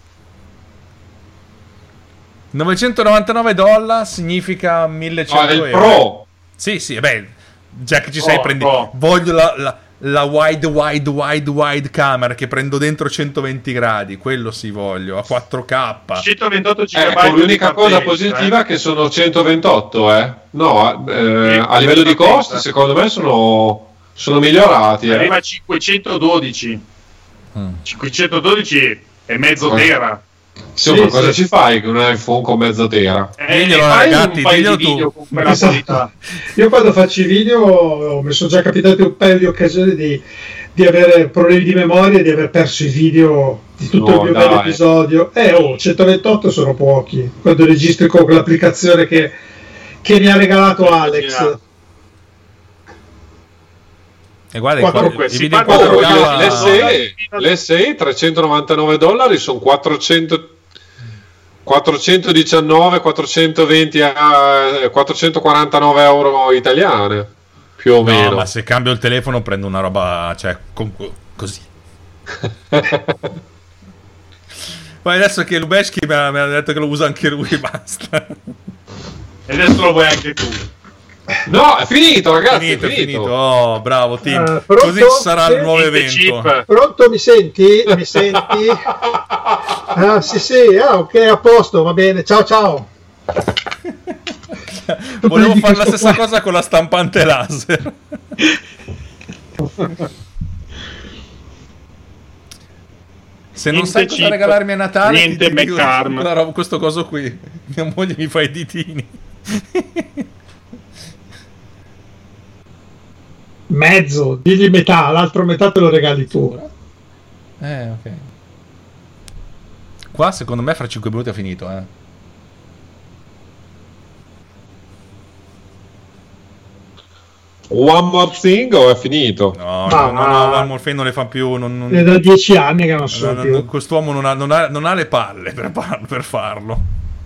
$999 significa 1100 No, è il euro. Pro. Sì, beh, già che ci sei, prendi. Pro. Voglio la wide camera che prendo dentro 120 gradi. Quello sì, voglio a 4K. 128 GB. Ecco, l'unica cosa positiva è che sono 128, No, a livello di costi, secondo me sono migliorati. Arriva a 512. 512 è mezzo tera. Insomma, cosa ci fai con un iPhone con mezzo tera? Diglielo, fai ragazzi, un paio diglielo di tu. video con quella Esatto. qualità. Io quando faccio i video mi sono già capitati un paio di occasioni di avere problemi di memoria e di aver perso i video di tutto il mio dai. bell'episodio. 128 sono pochi quando registri con quell'applicazione che mi ha regalato Alex. E guarda, Comunque, i si video in parla 4K. L'SE $399 sono 419, 420, 449 euro italiane, più o meno. No, ma se cambio il telefono prendo una roba, cioè, così. Poi adesso che Lubezki mi ha detto che lo usa anche lui, basta. E adesso lo vuoi anche tu. No, è finito, ragazzi, è finito. Oh, bravo, Tim. Pronto? Così ci sarà il nuovo Niente evento. chip. Pronto, mi senti? Mi senti? Ah, sì, ok, a posto, va bene, ciao. Volevo Prendi fare la questo stessa qua. cosa con la stampante laser. Se non Niente sai cosa chip, regalarmi a Natale, niente ti dico McCarm. questo coso qui. Mia moglie mi fa i ditini. Mezzo, digli metà, l'altro metà te lo regali tu. Ok. Qua secondo me fra 5 minuti è finito, One More Thing o è finito? No, One More Thing non le fa più. È da 10 anni che non so più. Quest'uomo non ha le palle per farlo.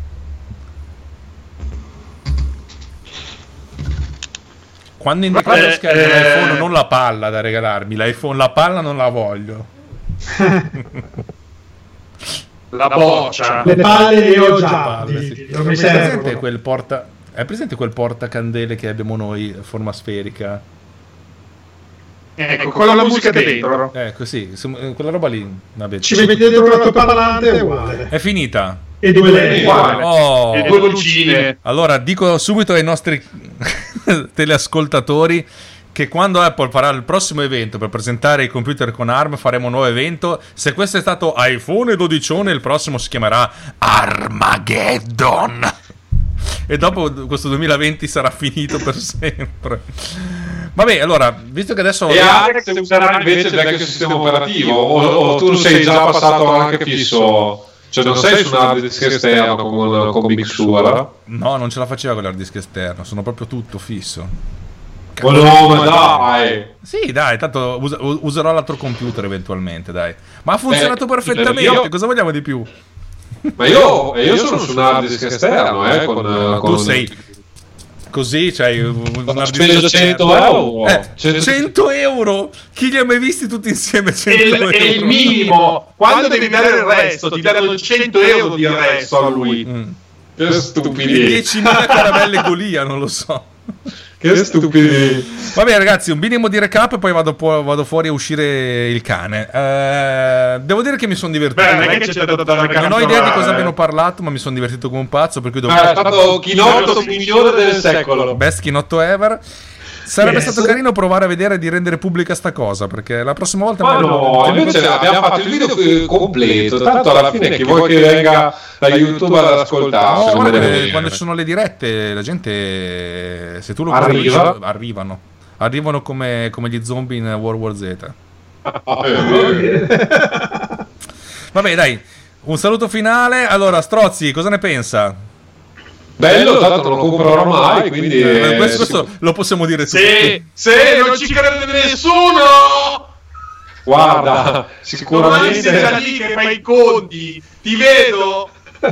Quando indicate lo schermo dell'iPhone, non la palla da regalarmi. La palla non la voglio. La boccia. Le palle le ho già. È presente quel portacandele che abbiamo noi, forma sferica? Ecco, con la musica dentro. Così, quella roba lì. Vabbè. Ci vedi dentro la tua parlante, è uguale. È finita. E due lei. Oh. E due lucine. Allora, dico subito ai nostri teleascoltatori che quando Apple farà il prossimo evento per presentare i computer con ARM, faremo un nuovo evento. Se questo è stato iPhone 12, il prossimo si chiamerà Armageddon. E dopo questo 2020 sarà finito per sempre. Vabbè, allora, visto che adesso... E Alex userà invece il vecchio sistema operativo, o tu sei già passato anche fisso? Cioè non sei su un hard disk esterno con Big Sur? No, non ce la faceva con l'hard disk esterno, sono proprio tutto fisso. Oh no, ma dai! Sì, dai, tanto userò l'altro computer eventualmente, dai. Ma ha funzionato perfettamente, cosa vogliamo di più? Ma io sono su un hard disk esterno, con... Tu sei... Così, cioè, ho speso 100 euro. 100 euro? Chi li ha mai visti tutti insieme 100 euro? È il minimo. Quando devi dare il resto, ti daranno 100 euro di resto a lui. Che stupidi. 10.000 caramelle Golia, non lo so. Che stupidi. Vabbè ragazzi, un minimo di recap e poi vado fuori a uscire il cane. Devo dire che mi sono divertito. Beh, non è che c'è da non ho idea di cosa abbiano parlato, ma mi sono divertito come un pazzo, per cui è stato Chinotto migliore del secolo. Best Chinotto ever. Sarebbe stato carino provare a vedere di rendere pubblica sta cosa, perché la prossima volta... Ma no, invece abbiamo fatto il video completo, tanto alla fine chi vuoi che venga da YouTube ad ascoltarsi. No, quando ci sono le dirette, la gente, se tu lo arrivano come gli zombie in World War Z. Vabbè dai, un saluto finale. Allora Strozzi, cosa ne pensa? Bello, tanto non lo comprerò mai, quindi... Questo lo possiamo dire tutti. Sì, non ci crede nessuno! Guarda, sicuramente... Non sei già lì che fai i conti, ti vedo!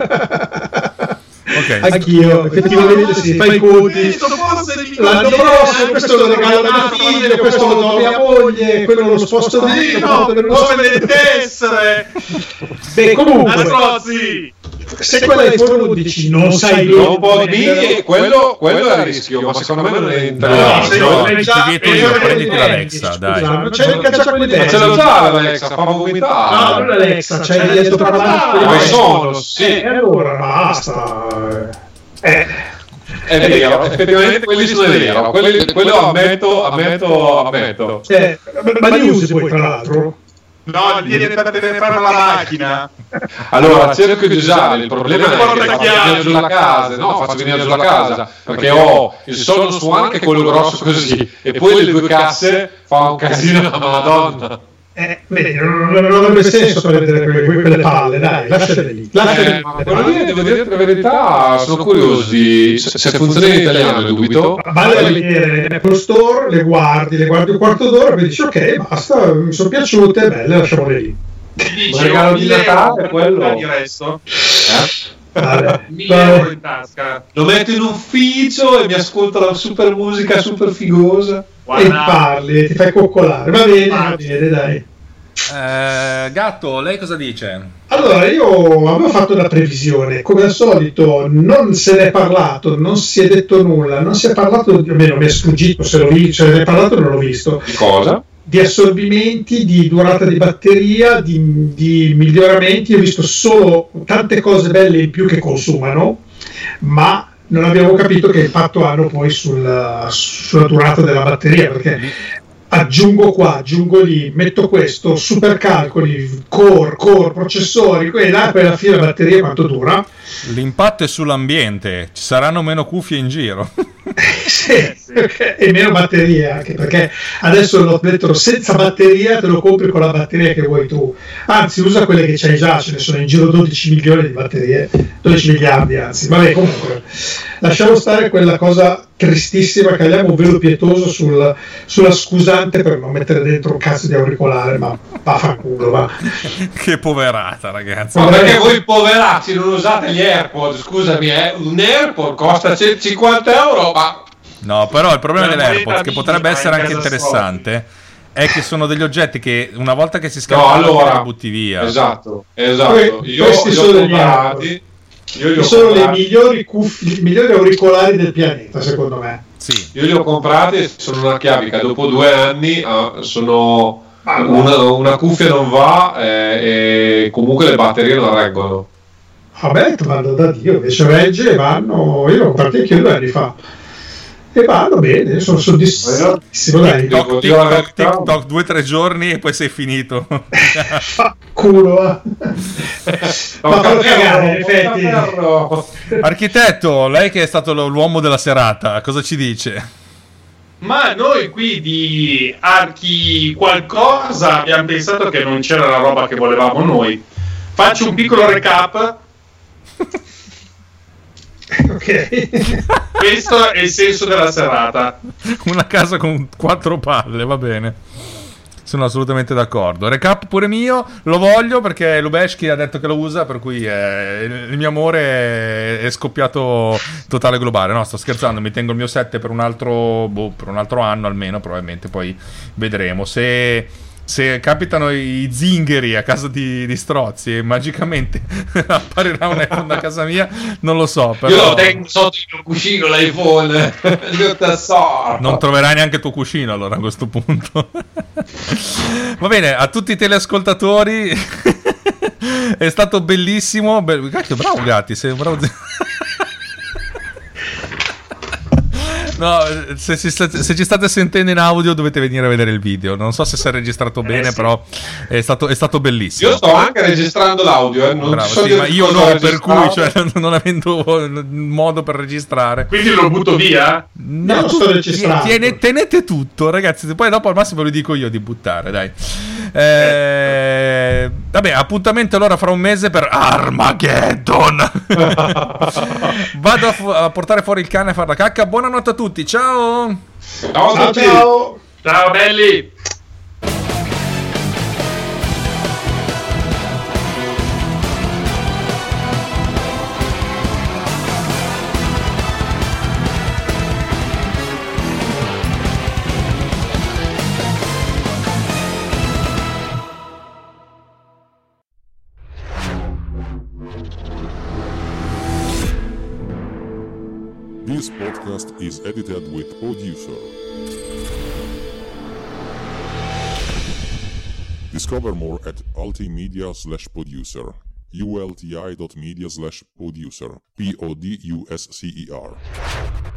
Okay. Anch'io, effettivamente sì, fai i conti. L'anno prossimo questo lo regalo a mio figlio, questo lo do a mia moglie, quello lo sposto di come deve essere! Beh, comunque... Strozzi! Se quell'iPhone 11 non sai non può dire, quello è a rischio, ma secondo me non entra. No, prenditi l'Alexa, dai. Non c'è il cacciacolli Ma ce l'ho già l'Alexa, fa vomitare. No, non l'Alexa, c'è il dietro parlare. Ma sono, sì. Allora basta. È vero, effettivamente quelli sono vero. Quello ammetto. Ma li usi poi tra l'altro? No, devi fare la macchina. Allora cerco di usare, il problema è che faccio venire giù la casa, faccio venire giù la casa perché ho il Sonos One che è quello grosso così e poi le due casse fa un casino da Madonna. Vedi, non avrebbe senso prendere quelle palle, dai, lasciatele lì. Ma quello lì, devo dire la verità, sono curioso se funziona in italiano, dubito. Vale a vedere nell'Apple Store, le guardi un quarto d'ora e dici ok, basta, mi sono piaciute, belle, lasciamole lì. Dice, regalo di Natale, quello di resto. 1.000 euro in tasca. Lo metto in ufficio e mi ascolto la super musica super figosa. E parli, ti fai coccolare. Va bene, dai. Gatto, lei cosa dice? Allora, io avevo fatto una previsione, come al solito non se ne è parlato, non si è detto nulla, non si è parlato, almeno mi è sfuggito, se ne è parlato non l'ho visto. Di cosa? Di assorbimenti, di durata di batteria, di miglioramenti. Ho visto solo tante cose belle in più che consumano, ma non abbiamo capito che impatto hanno poi sulla durata della batteria, perché aggiungo lì, metto questo, supercalcoli, core, processori, poi alla fine la batteria quanto dura? L'impatto è sull'ambiente, ci saranno meno cuffie in giro. Sì, e meno batteria, anche perché adesso l'ho detto, senza batteria te lo compri con la batteria che vuoi tu, anzi usa quelle che c'hai già, ce ne sono in giro 12 milioni di batterie, 12 miliardi anzi, vabbè comunque. lasciamo stare quella cosa tristissima che abbiamo un velo pietoso sulla scusante per non mettere dentro un cazzo di auricolare, ma vaffanculo, va. Che poverata, ragazzi. Ma perché voi poveracci non usate gli AirPod? Scusami, un AirPod costa 150 euro, ma... No, però il problema Una dell'AirPods, moneta che potrebbe minima essere in anche casa interessante, è che sono degli oggetti che una volta che si No, scaricano allora... li butti via. Esatto. Questi sono degli AirPod. Sono le migliori cuffie, i migliori auricolari del pianeta, secondo me. Sì. Io li ho comprati, sono una chiavica, dopo 2 anni sono una cuffia non va e comunque le batterie non reggono. Vabbè, vanno da Dio, invece regge e vanno, io l'ho comprati anche 2 anni fa. E vanno bene, sono soddisfattissimo, dai. TikTok, TikTok, TikTok, 2-3 giorni e poi sei finito. Fa culo, ma fa cagare, in effetti. Architetto, lei che è stato l'uomo della serata, cosa ci dice? Ma noi qui di Archi qualcosa abbiamo pensato che non c'era la roba che volevamo noi. Faccio un piccolo recap. Ok. Questo è il senso della serata. Una casa con 4 palle, va bene. Sono assolutamente d'accordo. Recap pure mio, lo voglio perché Lubezki ha detto che lo usa, per cui il mio amore è scoppiato totale globale. No, sto scherzando, mi tengo il mio 7 per un altro anno almeno, probabilmente, poi vedremo. Se capitano i zingari a casa di Strozzi e magicamente apparirà un iPhone a casa mia, non lo so. Però... Io lo tengo sotto il mio cuscino l'iPhone, il mio tesoro. Non troverai neanche il tuo cuscino allora a questo punto. Va bene, a tutti i teleascoltatori è stato bellissimo. Cacchio, bravo Gatti, sei un bravo... No, se ci state sentendo in audio dovete venire a vedere il video. Non so se si è registrato bene, sì. Però è stato bellissimo. Io sto anche registrando l'audio, non Bravo, so sì, ma io no, per cui non avendo modo per registrare. Quindi lo butto via? No, Io sto registrando. Tenete tutto, ragazzi. Poi dopo al massimo vi dico io di buttare, dai. Vabbè, appuntamento allora fra un mese per Armageddon. Vado a portare fuori il cane a fare la cacca. Buonanotte a tutti, ciao. Ciao a tutti. Ciao belli. This podcast is edited with Producer. Discover more at ultimedia/producer. ulti.media/producer. PODUSCER.